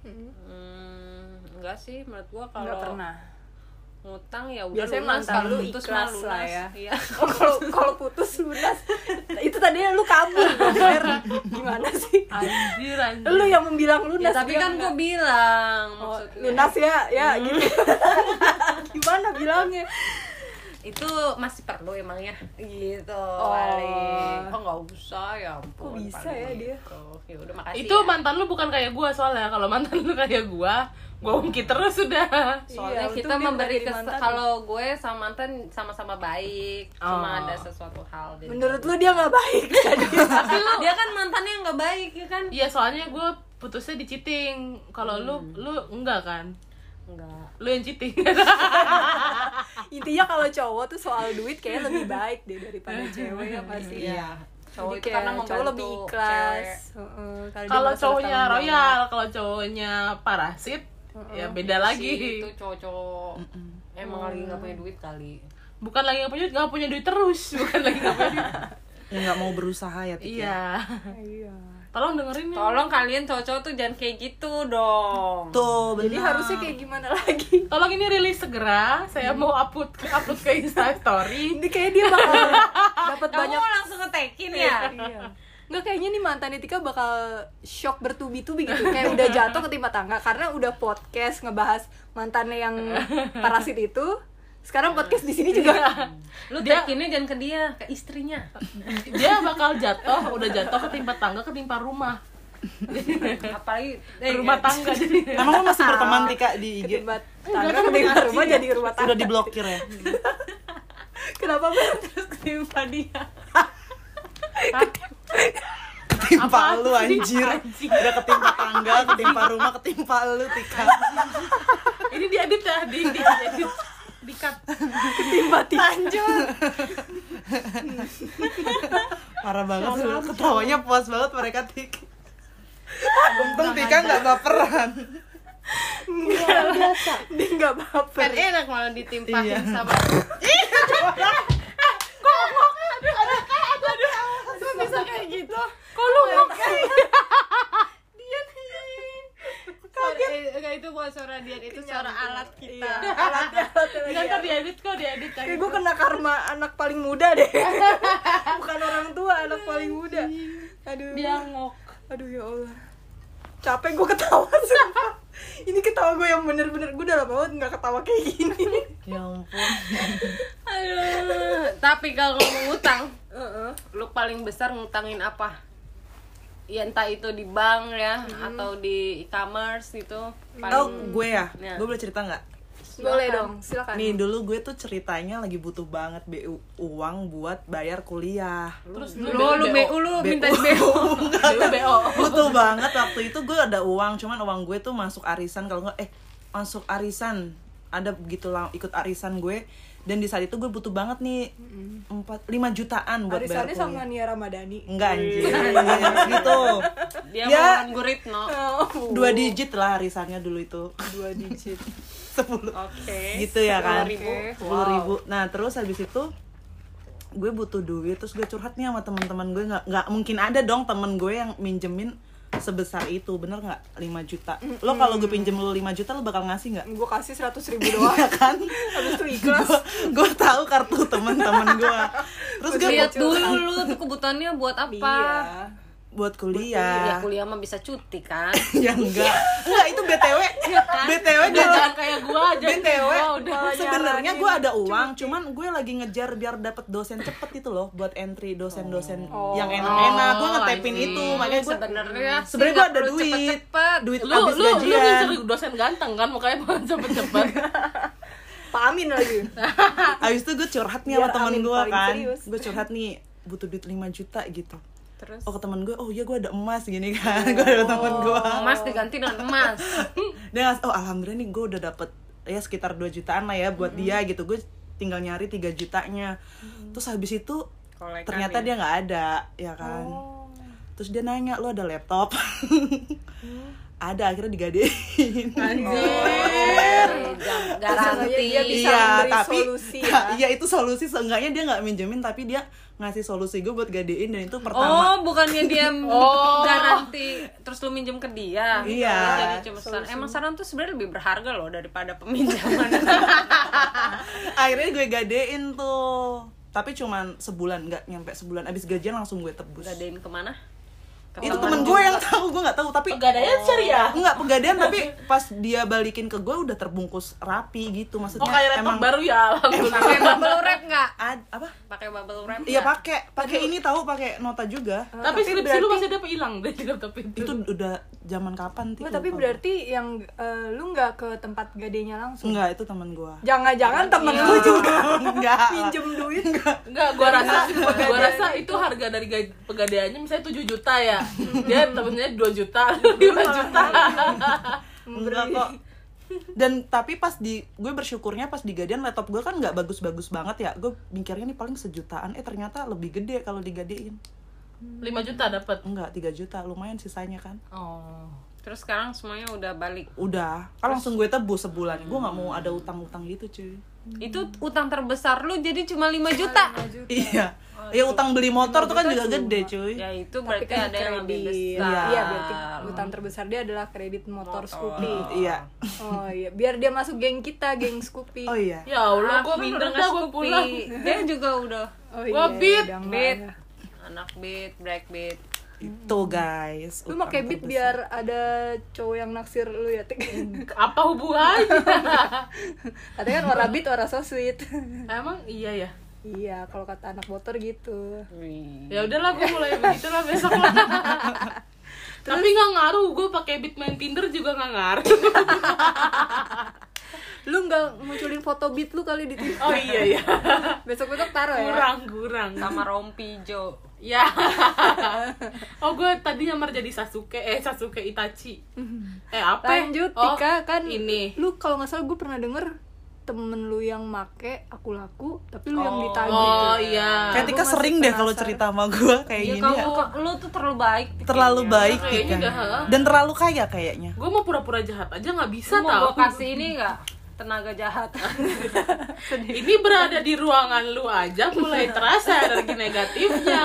enggak sih, menurut gue Nggak kalau pernah. ngutang ya udah Biasanya lunas, mantan kalau lu putus ikhlas mah lah lunas. ya. Iya. Oh, kalau putus lunas. Itu tadinya lu kabur, Fer. Gimana sih? Anjir. Lu yang membilang Ya, lunas. tapi dia kan enggak. gue bilang Oh, maksudnya lunas ya gitu. Gimana bilangnya? itu masih perlu emangnya gitu. Oh. Paling nggak usah ya ampun. Kok bisa paling ya dia? gitu. Ya udah makasih. Itu ya. mantan lu bukan kayak gua soalnya. Kalau mantan lu kayak gua ungkit terus sudah. Soalnya Iya, kita untung dia memberi nggak jadi mantan. kalau gue sama mantan sama-sama baik, cuma Oh. ada sesuatu hal jadi- Menurut lu dia nggak baik jadi. tapi dia kan mantannya nggak baik ya kan. Iya, soalnya gua putusnya di cheating. Kalau lu enggak kan? Enggak. Lu yang cheating. Intinya kalau cowok tuh soal duit kayaknya lebih baik deh daripada cewek ya pasti. Iya. Cowok Jadi itu kayak karena cowok membantu lebih ikhlas. cewek. Heeh, karena dia Kalau merasa cowoknya bertanggung jawab. royal, kalau cowoknya parasit, ya beda lagi. Itu cowok-cowok emang lagi nggak punya duit kali. Bukan lagi nggak punya duit terus, bukan lagi nggak punya duit. Ya nggak mau berusaha ya, Tik, ya. Iya. Iya. Tolong dengerin ya. Tolong kalian cowok-cowok tuh jangan kayak gitu dong. Tuh, benar. Jadi harusnya kayak gimana lagi? Tolong ini rilis segera. Saya mau upload ke Insta Story. Ini kayak dia bakal dapat Kamu banyak. langsung ngetekin ya? Iya. Nggak, kayaknya nih mantan Tika bakal shock bertubi-tubi gitu. Kayak udah jatuh ketimpa tangga karena udah podcast ngebahas mantannya yang parasit itu. Sekarang podcast di sini juga. Lu Dia- tekinnya jangan ke dia, ke istrinya. Dia bakal jatuh, udah jatuh ketimpa tangga, ketimpa rumah. Apalagi Rumah tangga jadi. Emang lo masih berteman Tika di IG? Ketimpa tangga, ketimpa rumah jadi rumah tangga. Udah diblokir ya? Kenapa Bang? Terus ketimpa dia. Ketimpa Apaan lu sih? anjir. Anjing. Udah ketimpa tangga, ketimpa rumah, ketimpa lu Tika. Ini diedit ya, diedit. Di-cut. Ketimpa lanjut. Parah banget sih, ketawanya puas banget mereka Tik. Untung Tika nggak baperan. Enggak biasa. Dia enggak kan baper. enak malah ditimpahin Iya. sama Kok bisa kayak gitu? Kok lu Dian. Enggak, itu bukan suara Dian, itu suara alat kita. Iya, alatnya lagi. ntar diedit kok, diedit Kayak gue kena karma anak paling muda deh. Bukan orang tua, anak paling muda. Aduh. dia ngok. Aduh ya Allah. Capek gue ketawa sumpah. Ini ketawa gue yang bener-bener, gue udah lama banget gak ketawa kayak gini. Ya ampun. Aduh. Tapi kalau ngomong utang, Heeh. lu paling besar ngutangin apa? Ya entah itu di bank ya atau di e-commerce gitu. Oh, gue ya? Ya. Gue boleh cerita nggak? Boleh dong, silakan. Nih dulu gue tuh ceritanya lagi butuh banget uang buat bayar kuliah. Terus Lu BU lu minta di BU. BO. Butuh banget waktu itu gue ada uang, cuman uang gue tuh masuk arisan kalau nggak masuk arisan ada begitu lah ikut arisan gue, dan di saat itu gue butuh banget nih 5 jutaan buat bayar Arisannya kuliah. sama Nia Ramadhani. Enggak anjir, gitu. Dia Ya. mau Guritno. Oh, 2 digit lah arisannya dulu itu. 2 digit. 10 Oke. gitu ya kan. 10.000. 10.000. Nah terus habis itu gue butuh duit, terus gue curhat nih sama teman-teman gue. Nggak mungkin ada dong temen gue yang minjemin sebesar itu, bener nggak? 5 juta. Lo kalau gue pinjem lo 5 juta lo bakal ngasih nggak? Gue kasih 100.000 doang. Ya kan? Habis itu ikhlas. Gue tahu kartu teman-teman gue. Terus gue Lihat dulu lu tuh kebutuhannya buat apa. Iya. buat Ya kuliah. kuliah mah bisa cuti kan. Ya enggak itu BTW Jangan kayak gua aja. BTW Gua udah sebenarnya gue ada uang, cuman gue lagi ngejar biar dapet dosen cepet itu loh, buat entry dosen-dosen yang enak-enak. Gue ngetepin itu, makanya gue Sebenarnya gue ada duit lu habis lu gajian. cari dosen ganteng kan, makanya mau cepet-cepet. Pak Amin lagi. Habis itu gue curhat nih sama Biar temen Amin gue paling kan, serius. gue curhat nih butuh duit 5 juta gitu. Terus Oh ke temen gue, oh iya gue ada emas gini kan. Gue ada temen gue, emas diganti dengan emas. dia ngasih, oh alhamdulillah nih gue udah dapet ya sekitar 2 jutaan lah ya buat dia gitu. Gue tinggal nyari 3 jutanya. Terus habis itu Kolekan ternyata ya? dia nggak ada ya kan. Terus dia nanya, lo ada laptop? Ada, akhirnya digadein. Garansi. Dia bisa Iya, memberi tapi solusi ya. iya itu solusi. Seenggaknya dia nggak minjemin, tapi dia ngasih solusi gue buat gadein. Dan itu pertama. Oh, bukannya dia garansi terus lu minjem ke dia. Iya. Jadi cuma saran. Emang saran tuh sebenarnya lebih berharga loh daripada peminjaman. Akhirnya gue gadein tuh, tapi cuman sebulan, nggak nyampe sebulan. Abis gajian langsung gue tebus. Gadein kemana? Itu temen gue yang tahu, gue nggak tahu. Tapi Pegadaian syariah. nggak pegadaian, tapi pas dia balikin ke gue udah terbungkus rapi gitu. Maksudnya Oh kayak laptop baru ya, alhamdulillah. Pakai bubble wrap nggak? apa? Pakai bubble wrap? Iya nggak? pakai ini tahu, pakai nota juga. Tapi skripsi lu masih ada apa hilang dari laptop itu? Itu udah zaman kapan Oh, tapi berarti yang lu nggak ke tempat gadenya langsung? enggak, itu temen gue. Jangan-jangan temen lu juga Enggak. pinjem duit. Enggak, gua rasa itu harga dari pegadaiannya misalnya 7 juta ya. Dia temennya 2 juta, 5 juta. Enggak kok. Dan tapi pas gue bersyukurnya pas di gadein laptop gue kan nggak bagus-bagus banget ya. Gue mikirnya nih paling sejutaan, ternyata lebih gede kalau digadein. 5 juta dapat. Enggak, 3 juta, lumayan sisanya kan. Oh. Terus sekarang semuanya udah balik. Udah, kan langsung gue tebus sebulan. Gue nggak mau ada utang-utang gitu cuy. Itu utang terbesar lu jadi cuma 5 juta. Iya. Ya utang beli motor tuh kan juga gede cuy. Ya itu Tapi berarti kan ada yang lebih kredit. besar. Iya, berarti utang terbesar dia adalah kredit motor Scoopy. Iya. Oh iya, biar dia masuk geng kita, geng Scoopy. Oh iya. Ya Allah, gua Aku minder udah dah gua Scoopy. pulang. Dia juga udah Oh Gua beat, udah beat. nggak ada. Anak beat, black beat. Itu guys. Lu utang pakai beat terbesar. biar ada cowok yang naksir lu ya, Tik. Apa hubungannya? Katanya kan ora beat, ora so sweet. Emang iya ya. Iya, kalau kata anak motor gitu. Ya udahlah, gua mulai begitu lah besok lah. Tapi nggak ngaruh, gua pakai beat main Tinder juga nggak ngaruh. Lu nggak munculin foto beat lu kali di TV? Oh iya ya. Besok-besok taruh ya. Kurang. Sama rompi Jo. Ya. Oh, gue tadi nyamar jadi Sasuke Itachi. Apa? Lanjut, Oh, Tika, kan ini. lu kalau nggak salah gue pernah denger temen lu yang make aku laku tapi lu yang ditagih. Oh iya. Kayak Tika Gua masih sering deh kalau penasaran. cerita sama gue kayak Ya gini ya. lu tuh terlalu baik. Terlalu baik Kayaknya Tika. dah. Dan terlalu kaya kayaknya. Gue mau pura-pura jahat aja nggak bisa Mau tau. gua kasih ini enggak? Tenaga jahat. Ini berada di ruangan lu aja mulai terasa energi negatifnya.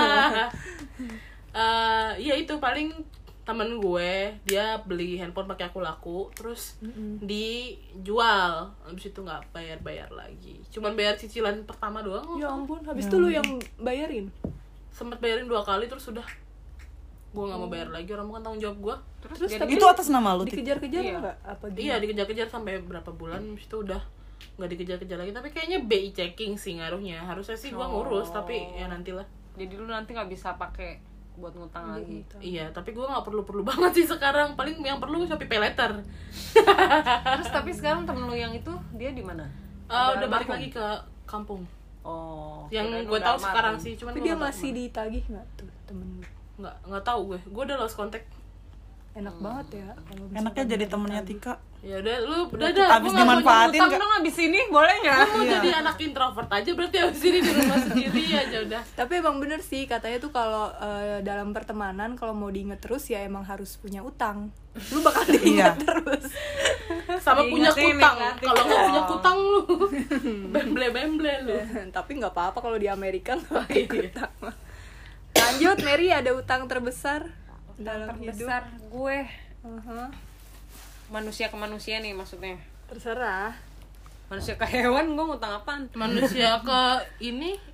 Ya itu paling temen gue dia beli handphone pakai aku laku terus dijual, habis itu nggak bayar lagi, cuman bayar cicilan pertama doang. Ya ampun, habis itu lu yang bayarin. Sempet bayarin 2 kali terus sudah gue nggak mau bayar lagi, orang bukan tanggung jawab gue. Terus tapi Itu atas nama lu, Tik? dikejar-kejar Iya. enggak? Apa gitu? Iya dikejar-kejar sampai berapa bulan, habis itu udah nggak dikejar-kejar lagi. Tapi kayaknya BI checking sih ngaruhnya, harusnya sih gue ngurus tapi ya nantilah. Jadi lu nanti nggak bisa pakai buat ngutang lagi. Iya, tapi gue nggak perlu banget sih sekarang. Paling yang perlu Shopee Pay Later. Terus tapi sekarang temen lu yang itu dia di mana? Udah balik lagi ke kampung. Oh. Yang kirain gue udah tahu almarhum. sekarang sih, cuman Tapi gua dia nggak tahu masih ditagih nggak tuh temen lu? kemana. nggak tahu gue. Gue udah lost contact. Enak banget ya kalau misalkan Enaknya jadi nggak temennya ditagih. Tika. Ya udah, lu udah dah. Habis dimanfaatin Utang Kak. dong abis ini boleh nggak? Mau jadi anak introvert aja berarti abis ini di rumah sendiri aja udah. Tapi emang bener sih katanya tuh kalau dalam pertemanan kalau mau diinget terus ya emang harus punya utang. Lu bakal diinget terus. Sama punya Diingetin, kutang. diingetin. Kalau nggak punya kutang lu bemble lu. Tapi nggak apa-apa kalau di Amerika nggak Oh, pakai iya. utang. Lanjut, Mary, ada utang terbesar dalam hidup? Terbesar gue Uh-huh. manusia ke manusia nih maksudnya. Terserah. Manusia ke hewan gue ngutang apaan? Manusia ke ini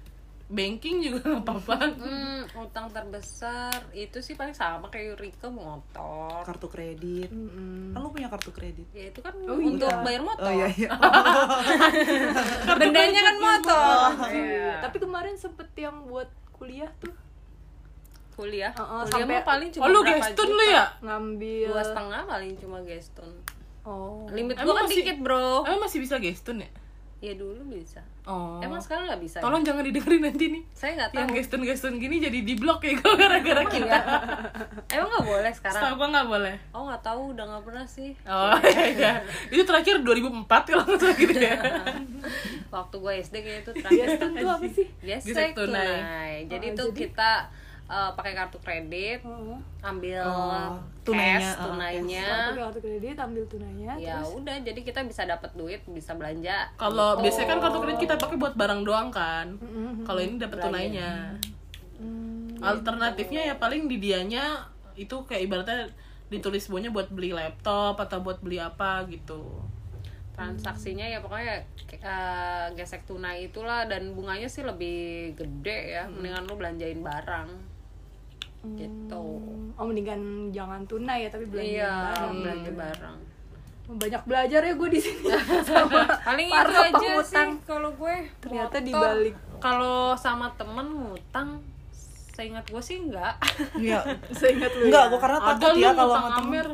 banking juga nggak apa-apa. Utang terbesar itu sih paling sama kayak Rika, motor. Kartu kredit. Kan lu punya kartu kredit. Ya itu kan Oh, untuk iya. bayar motor. Oh iya iya. Bendanya kan motor. Iya. Tapi kemarin sempet yang buat kuliah tuh Kuliah sampai- mah paling cuma Oh lu berapa gestun juta? lu ya? ngambil 2,5 paling cuma gestun. Oh. Limit Emang gua kan masih- dikit bro. Emang masih bisa gestun ya? Ya dulu bisa. Oh. Emang sekarang nggak bisa? Tolong jangan didengerin nanti nih. Saya nggak Yang tahu. gestun gini jadi di blok ya kalau gara-gara kita. Emang nggak boleh sekarang? Setahu gua nggak boleh. Oh nggak tahu, udah nggak pernah sih. Oh iya. Itu terakhir 2004 kalau nggak salah gitu ya. Waktu gue SD kayaknya itu terakhir. Gestun tuh apa sih? Gesek Gesek tunai. tunai. Jadi Oh, tuh jadi- kita pakai kartu kredit, ambil tunainya, cash, tunainya. Pakai kartu kredit ambil tunainya Ya terus udah, jadi kita bisa dapat duit, bisa belanja. Kalau Gitu. biasanya kan kartu kredit kita pakai buat barang doang kan. Kalau ini dapat tunainya. Alternatifnya ya paling di dianya itu kayak ibaratnya ditulis bonya buat beli laptop atau buat beli apa gitu. Transaksinya ya pokoknya gesek tunai itulah, dan bunganya sih lebih gede ya. Mendingan lu belanjain barang. Gitu. Oh mendingan jangan tunai ya tapi belanja Iya, barang. belanja barang. Banyak belajar ya gue di sini sama Paling itu para aja pengutang. sih kalau gue. Ternyata Motor. dibalik. Kalau sama temen ngutang, seingat gue sih enggak. Iya. Seingat lu. Enggak, ya? gua karena Ada takut lu ya kalau ngutang sama temen. Amer.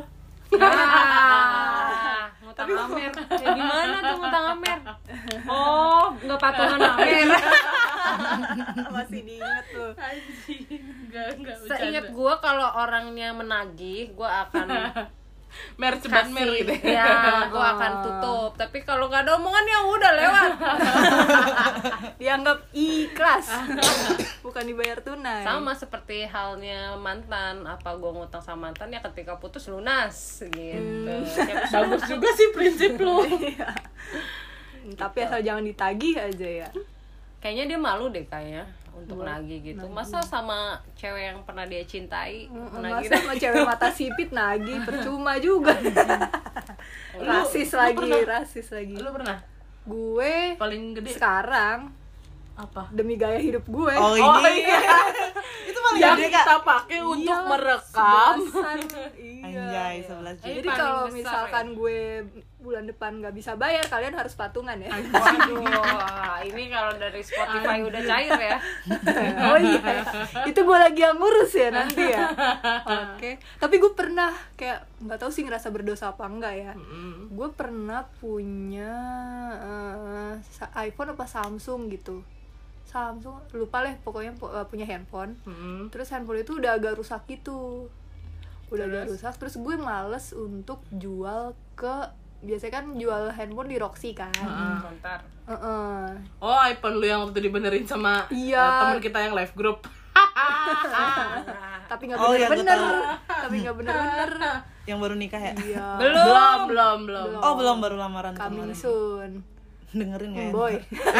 Ngutang Amer. Ya, gimana tuh ngutang Amer? Oh, enggak patungan Amer. Masih diinget lu. Enggak Seingat bercanda. gue kalau orangnya menagih, gue akan Mer ceban mer gitu ya. ya, gue akan tutup. Tapi kalau nggak ada omongan ya udah lewat. Dianggap ikhlas. Bukan dibayar tunai. Sama seperti halnya mantan. Apa gue ngutang sama mantan ya ketika putus lunas gitu. Bagus juga sih prinsip lu. Tapi asal jangan ditagih aja ya. Kayaknya dia malu deh kayaknya untuk nagih gitu. Masa sama cewek yang pernah dia cintai nagih? Masa sama cewek mata sipit nagih percuma juga. Rasis lagi. Lu pernah Gue paling gede sekarang apa? demi gaya hidup gue. Oh ini. Itu paling Yang gede Kak. kita pakai untuk Iyalah, merekam. 11-an. Iya. Anjay, 11 juta. Jadi paling kalau besar misalkan gue bulan depan nggak bisa bayar, kalian harus patungan ya. Waduh, ini kalau dari Spotify udah cair ya. Oh iya, itu gue lagi yang ngurus ya nanti ya. Oke. Tapi gue pernah kayak nggak tahu sih ngerasa berdosa apa enggak ya. Gue pernah punya iPhone apa Samsung gitu. Samsung lupa lah pokoknya punya handphone. Terus handphone itu udah agak rusak gitu. Udah agak rusak. Terus gue males untuk jual ke, biasanya kan jual handphone di Roxy kan. Bentar. Oh, iPhone lu yang waktu dibenerin sama Iya. teman kita yang live group. Tapi nggak Oh, iya, gua bener-bener. tahu. Tapi nggak bener-bener. Yang baru nikah ya? Iya. Belum. Oh, belum baru lamaran Coming kemarin. soon. Dengerin nggak ya? Boy.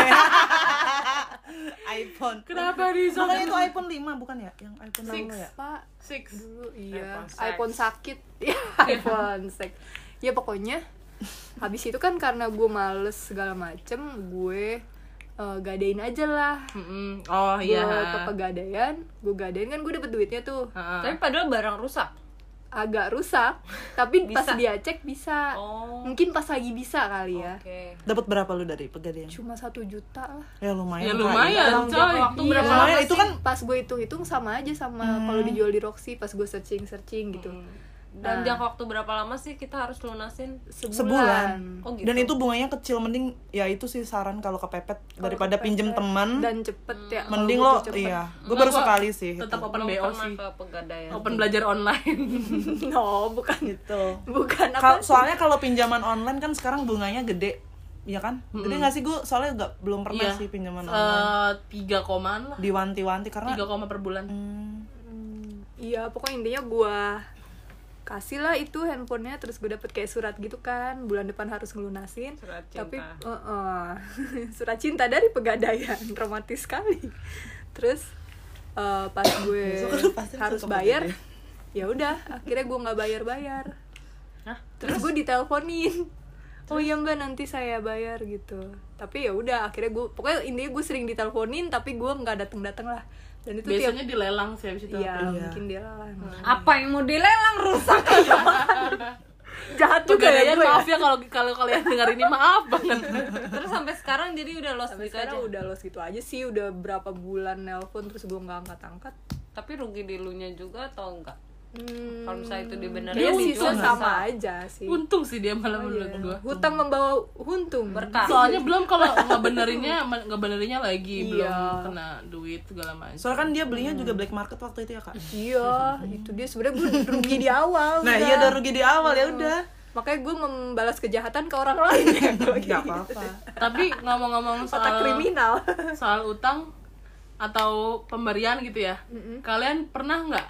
iPhone. Kenapa di Bukan itu iPhone 5 bukan ya? Yang iPhone Six. lalu ya? Pak, Six. dulu iya. iPhone sex. iPhone sakit. Ya, iPhone sex. Ya pokoknya habis itu kan karena gue males segala macem, gue gadein aja lah. Oh Gue iya. ke pegadaian, gue gadein kan gue dapet duitnya tuh. Tapi padahal barang rusak. Agak rusak, tapi pas Bisa. dia cek bisa. Oh. Mungkin pas lagi bisa kali ya. Oke. Dapat berapa lu dari pegadaian? Cuma 1 juta lah. Ya lumayan. Ya Kak. lumayan, Dalam coy. jangka waktu berapa Iya. lama Lumayan, itu sih? kan Pas gue hitung-hitung sama aja sama kalau dijual di Roxy pas gue searching gitu. Dalam jangka waktu berapa lama sih kita harus lunasin? sebulan. Oh, gitu. Dan itu bunganya kecil, mending ya itu sih saran kalau kepepet daripada pinjem teman. Dan cepet ya. kalau Mending butuh lo cepet. iya. Gue Enggak, baru gua sekali sih. Tetap itu. open Belum BO pernah sih. ke pegadaian. Open belajar online. No, bukan gitu. bukan apa. Soalnya kalau pinjaman online kan sekarang bunganya gede. Iya kan? Gede nggak sih gue? Soalnya belum pernah Iya. sih pinjaman online. 3 komaan lah. Diwanti-wanti karena 3 koma per bulan. Iya, pokoknya intinya gue kasih lah itu handphonenya, terus gue dapet kayak surat gitu kan, bulan depan harus ngelunasin. Surat Tapi cinta. surat cinta dari pegadaian, romantis sekali. Terus pas gue Besok lu pasti harus langsung ke bayar, pegadaian. ya udah akhirnya gue nggak bayar. Hah? Terus gue diteleponin, oh iya mbak nanti saya bayar gitu. tapi ya udah akhirnya gue pokoknya intinya gue sering diteleponin tapi gue nggak datang lah, dan itu Biasanya dilelang sih abis itu. iya Iya. mungkin dia lelang. Apa yang mau dilelang rusak? Jahat juga Pegadaian ya gue maaf ya kalau kalian dengar ini, maaf banget. Terus sampai sekarang jadi udah lost sampai gitu sekarang aja. udah los gitu aja sih, udah berapa bulan nelpon terus gue nggak angkat Tapi rugi di lunya juga atau enggak? Kalau misalnya itu Dia dibenerin Iya sih dijual sama aja sih. Untung sih dia malah Oh, menurut iya. gua. Hutang membawa untung. berkah. Soalnya belum kalau ngebenerinnya lagi Iya. belum kena duit segala macam. Soalnya kan dia belinya juga black market waktu itu ya kak. Iya, itu dia sebenarnya gue rugi di awal. Nah iya udah rugi di awal ya udah. Makanya gue membalas kejahatan ke orang lain. Gak apa-apa. Tapi ngomong-ngomong Otak soal kriminal. soal utang atau pemberian gitu ya, kalian pernah nggak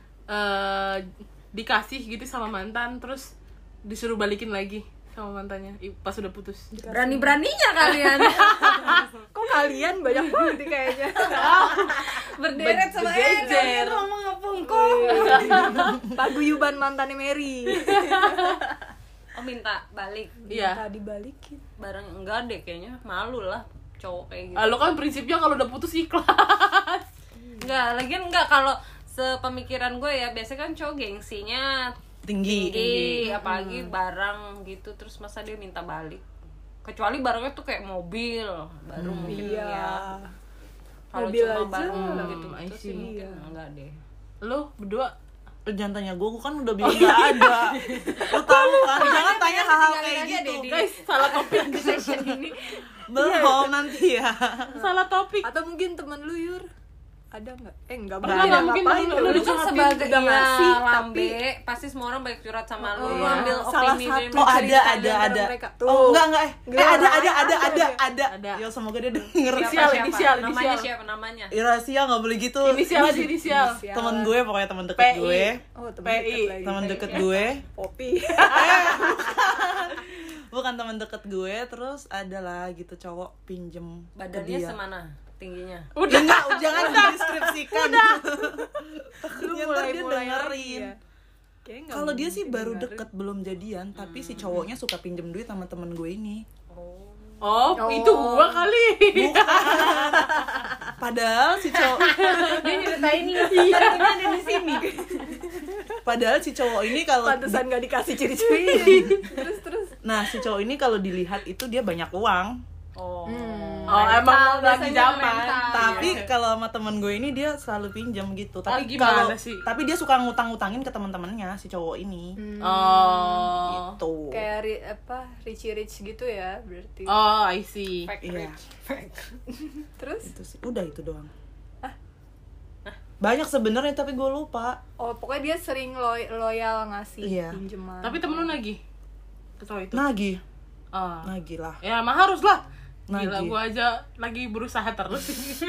dikasih gitu sama mantan terus disuruh balikin lagi sama mantannya pas udah putus? Berani-beraninya kalian Kok kalian banyak banget nih kayaknya. berderet sama Berjejer. ngomong ngepungkung. Paguyuban mantannya Mary. Oh minta balik Iya. Tadi balikin. bareng enggak deh kayaknya, malu lah cowok kayak gitu. Lo kan prinsipnya kalau udah putus ikhlas. Enggak, lagian enggak, kalau sepemikiran gue ya biasanya kan cowok gengsinya Tinggi. apalagi barang gitu, terus masa dia minta balik, kecuali barangnya tuh kayak mobil baru mungkin Iya. ya. Kalau Mobil cuma aja. barang gitu I itu sih see. mungkin enggak deh. Lo berdua Jangan tanya gue kan udah bilang gak ada. Lo tahu kan? Jangan tanya hal-hal kayak gitu. guys, salah topik. Di session ini Belum nanti ya. Salah topik. Atau mungkin teman lu Yur. Ada nggak? Enggak Pernah nggak mungkin ngapain temen lu? lu lu kan curhatin, sebagai udah ngasih, lambe, pasti semua orang baik curhat sama lu, lu Iya. ambil Salah opini satu dari Oh cerita ada di antara ada. mereka. Tuh. Oh enggak ada Ada. Ada. Ya semoga dia denger. Inisial. namanya siapa namanya? Rahasia nggak boleh gitu. Inisial aja inisial. Temen gue pokoknya temen deket PI. gue. Oh, teman PI. deket lagi. Temen deket gue. Popi. Bukan temen deket gue. Terus ada lah gitu cowok pinjem ke Badannya dia. semana tingginya? Udah enggak, jangan dideskripsikan. Takutnya ntar dia mulai dengerin. lagi ya. Kayaknya nggak Kalau dia mungkin sih baru dengerin. deket belum jadian, tapi si cowoknya suka pinjem duit sama temen gue ini. Oh, itu gua kali. Padahal si cowok, Dia nyeritain nih, ini ada di sini. padahal si cowok ini kalau Pantesan nggak dikasih ciri-ciri. Terus. nah si cowok ini kalau dilihat itu dia banyak uang. Oh. Oh, emang lagi biasanya zaman. mental. Tapi kalau sama temen gue ini dia selalu pinjam gitu. Tapi gimana kalau sih? tapi dia suka ngutang-ngutangin ke teman-temannya si cowok ini. Oh. Tuh. Kayak Richie Rich gitu ya berarti. Oh, I see. Fake Iya. rich. Terus? Itu sih. Udah itu doang. Banyak sebenarnya tapi gue lupa. Oh, pokoknya dia sering loyal ngasih Iya. pinjaman. Tapi temen lu nagih ke cowok itu? Nagih. Oh. Nagih lah. Ya emang harus lah. Gila, Nagih. gua aja lagi berusaha terus.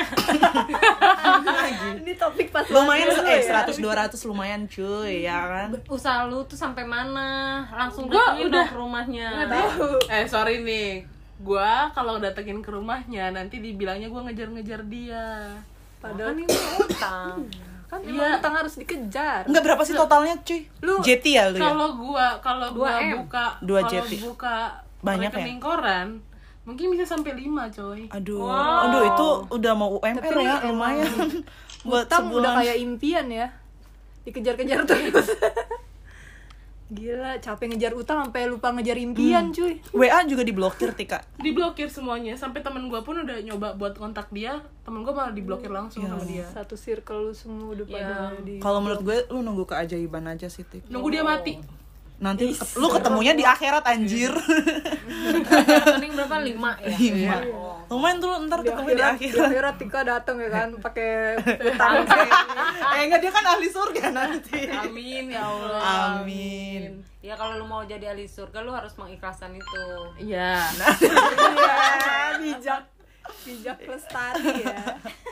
Ini topik pas Lumayan banget ya. 100 200 lumayan cuy, ya kan? Usaha lu tuh sampai mana? Langsung Gua datengin udah. dong ke rumahnya. Sorry nih. Gua kalau datengin ke rumahnya nanti dibilangnya gua ngejar-ngejar dia. Padahal Kan ini utang. kan Iya. emang utang harus dikejar. Enggak berapa sih totalnya cuy? Lu- JT ya lu ya? Kalau gua 2M. buka Dua kalau JT. buka Banyak rekening koran, mungkin bisa sampai 5, coy. Aduh, Wow. aduh itu udah mau UMR Tapi ya, emang lumayan. Buat Utang udah sebulan. kayak impian ya. Dikejar-kejar terus. Gila, capek ngejar utang sampai lupa ngejar impian, cuy. WA juga diblokir Tika. Diblokir semuanya, sampai temen gua pun udah nyoba buat kontak dia, temen gua malah diblokir langsung Ya. sama dia. Satu circle lu semua udah pada di Kalau menurut gue lu nunggu keajaiban aja sih Tik. Nunggu dia mati. Nanti lu ketemunya di akhirat anjir. Rekening berapa? 5 ya? Iya. Lumayan tuh lu ntar di ketemu di akhirat, akhirat. Tika datang ya kan pakai utang. Enggak dia kan ahli surga nanti. Amin ya Allah. Amin. Ya kalau lu mau jadi ahli surga lu harus mengikhlaskan itu. Iya. Iya, bijak lestari ya.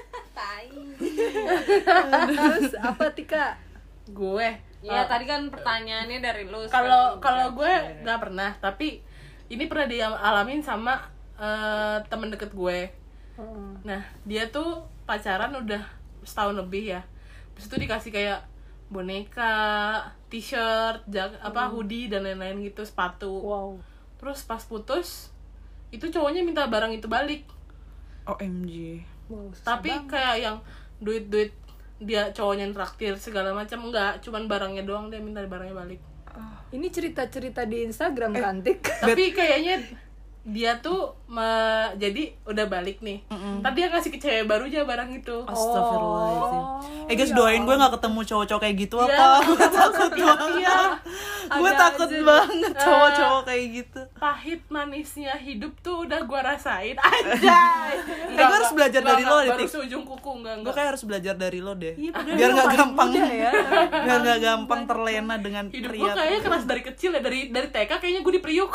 Terus apa Tika? Gue Ya tadi kan pertanyaannya dari lu. kalau sekarang gue nggak pernah, tapi ini pernah dialamin sama temen deket gue. Nah, dia tuh pacaran udah setahun lebih ya. Terus itu dikasih kayak boneka, t-shirt, hoodie dan lain-lain gitu, sepatu. Wow. Terus pas putus itu cowoknya minta barang itu balik. OMG. Wow, susah Tapi banget. kayak yang duit dia cowoknya traktir segala macam, enggak, cuman barangnya doang dia minta barangnya balik. Ini cerita-cerita di Instagram kan, Tik? Tapi kayaknya dia tuh jadi udah balik nih. Ntar dia ngasih ke cewek baru aja barang itu. Astagfirullahaladzim. Oh, Guys, ya. doain gue gak ketemu cowok-cowok kayak gitu Iya. apa. Gue takut banget. Iya. Gue Ada takut aja. banget cowok-cowok kayak gitu. Pahit manisnya hidup tuh udah gua rasain aja. Gue harus belajar dari lo deh, Baru Tik. seujung kuku Gue enggak. kayak harus belajar dari lo deh. Iya, padahal Biar lo gak paling gampang muda ya. biar gak gampang terlena dengan Hidup pria. gua kayaknya keras dari kecil ya, dari TK kayaknya gue di Priuk.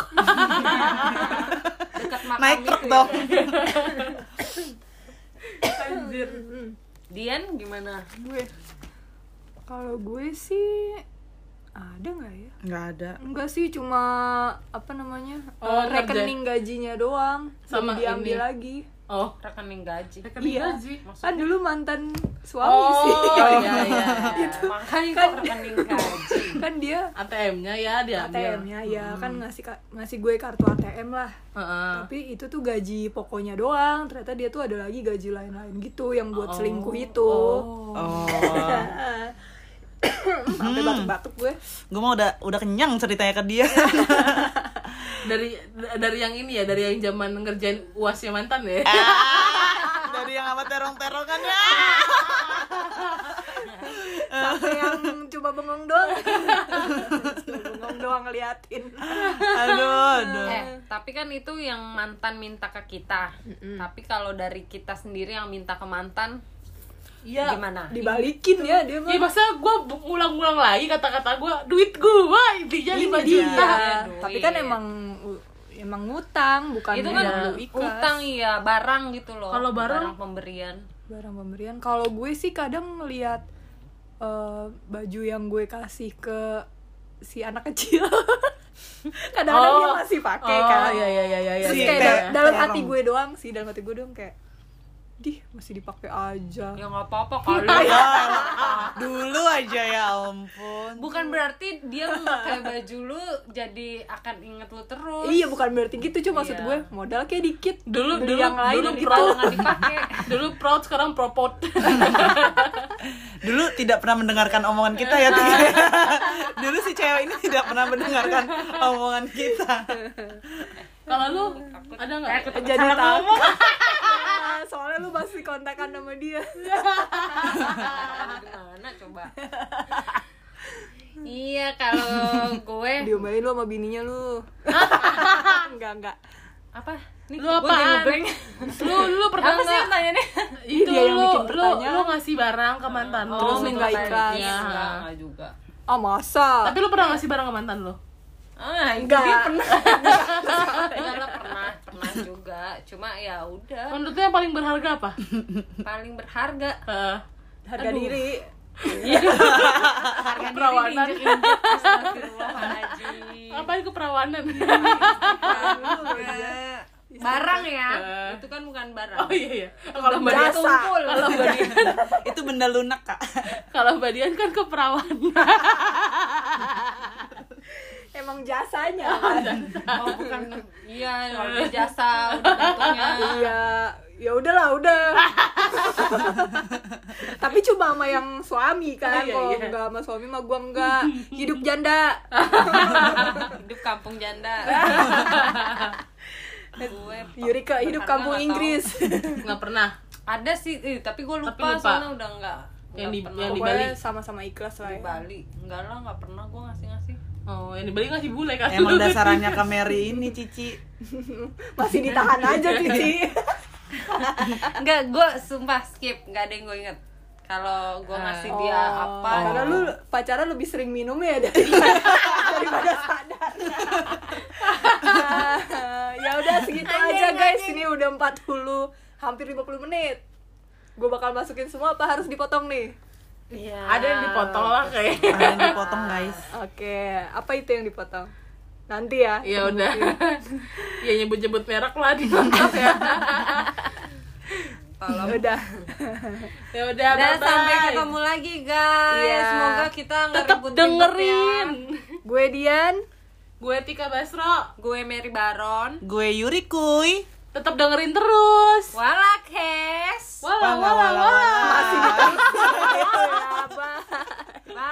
Dekat makam Naik itu truk ya. dong. Anjir. Dian gimana? Kalau gue sih ada nggak ya? Nggak ada. Enggak sih, cuma apa namanya, Oh, rekening gajinya doang Sama sama diambil ini. lagi. Oh, Rekening gaji. rekening Iya, gaji. kan dulu mantan suami sih. Oh, iya iya. Makanya kok rekening gaji. Kan dia ATM-nya ya diambil. ATM-nya ya kan ngasih gue kartu ATM lah. Heeh. Tapi itu tuh gaji pokoknya doang. Ternyata dia tuh ada lagi gaji lain-lain gitu yang buat selingkuh itu. Oh. Sampai batuk-batuk gue. Gue mah udah kenyang ceritanya ke dia. Dari yang ini ya, dari yang zaman ngerjain UASnya mantan ya. Dari yang sama terong-terongan ya. Sampai yang cuma bengong doang. Bengong doang ngeliatin. Aduh. Tapi kan itu yang mantan minta ke kita. Tapi kalau dari kita sendiri yang minta ke mantan, Iya. gimana? Dibalikin ya dia Iya, mah. masa gue ngulang-ngulang lagi kata-kata gue, duit gue intinya 5 juta. Iya, duit. tapi kan emang ngutang, bukan Itu kan yang ikhlas. utang iya, barang gitu loh. Kalau barang? pemberian. Barang pemberian. Kalau gue sih kadang ngelihat baju yang gue kasih ke si anak kecil. Kadang-kadang dia masih pakai kan. Iya iya iya iya. Terus Si kayak terong. dalam hati gue doang sih, dalam hati gue doang kayak, dih masih dipakai aja. Ya nggak apa-apa kali. Dulu aja ya ampun. Bukan berarti dia memakai baju lu jadi akan inget lu terus. Iya, bukan berarti gitu, cuma maksud Iya. gue modal kayak dikit. Dulu Beli yang lain dulu gitu. proud, Nggak dipakai. dulu proud, sekarang propot. Dulu tidak pernah mendengarkan omongan kita ya. Tika. Dulu si cewek ini tidak pernah mendengarkan omongan kita. Kalau lu ada nggak? Jadi takut. Soalnya lu masih kontakan sama dia. Gimana coba? Iya, kalau gue Diomelin lu sama bininya lu. Enggak. apa? Nih, Lu gue apaan? jadi ngeblank. Lu pernah Apa sih nggak? tanyanya? Itu Dia yang bikin lu pertanyaan. ngasih barang ke mantan lu, Terus lu nggak ikhlas. Iya. Enggak juga. Ah, masa? Tapi lu pernah ngasih barang ke mantan lu? Itu Enggak. dia pernah. Enggak lah, pernah juga. Cuma ya udah, Menurut lu yang paling berharga apa? paling berharga. Harga diri. Harga diri Perawanan. diinjek-injek. Astagfirullahaladzim. Apa itu keperawanan? Barang ya, itu kan bukan barang. Oh iya iya. Kalau Mbak Jasa. Dian, kalau Mbak Dian, Itu benda lunak, Kak. kalau Mbak Dian kan keperawanan. Emang jasanya. Oh bukan, iya udah jasa udah bentuknya. Iya, ya udahlah, udah. Tapi cuma sama yang suami kan. Iya, Kalau iya. enggak sama suami mah gua enggak. Hidup janda. Hidup kampung janda. Gue Yurika hidup kampung nggak tahu. Inggris. Nggak pernah. ada sih, tapi gue lupa, Tapi lupa. soalnya udah enggak Yang di- pernah. yang di Pokoknya Bali. sama-sama ikhlas lah Di ya. Bali enggak lah, nggak pernah gue ngasih. Oh, yang di Bali ngasih bule kan? Emang dasarannya ke Mary ini, Cici. Masih ditahan aja Cici. Enggak, gue sumpah skip, nggak ada yang gue inget. Kalau gue ngasih dia apa, Karena lu pacaran lebih sering minum ya daripada sadar. Ya udah segitu aja guys. Ini udah 40 hampir 50 menit. Gue bakal masukin semua apa harus dipotong nih? Iya. Ada yang dipotong lah kayak. Ada yang dipotong, guys. Oke, apa itu yang dipotong? Nanti ya. Ya udah. Ya nyebut-nyebut merek lah di podcast ya. Kalau Udah. Ya udah, dan bye-bye. sampai ketemu lagi guys. Iya. Semoga kita nggak Tetap ribut-ribut dengerin. ya. Gue Dian. Gue Tika Basro. Gue Mary Baron. Gue Yuri Kuy. Tetap dengerin terus. Walakes. Wala wala wala. Masih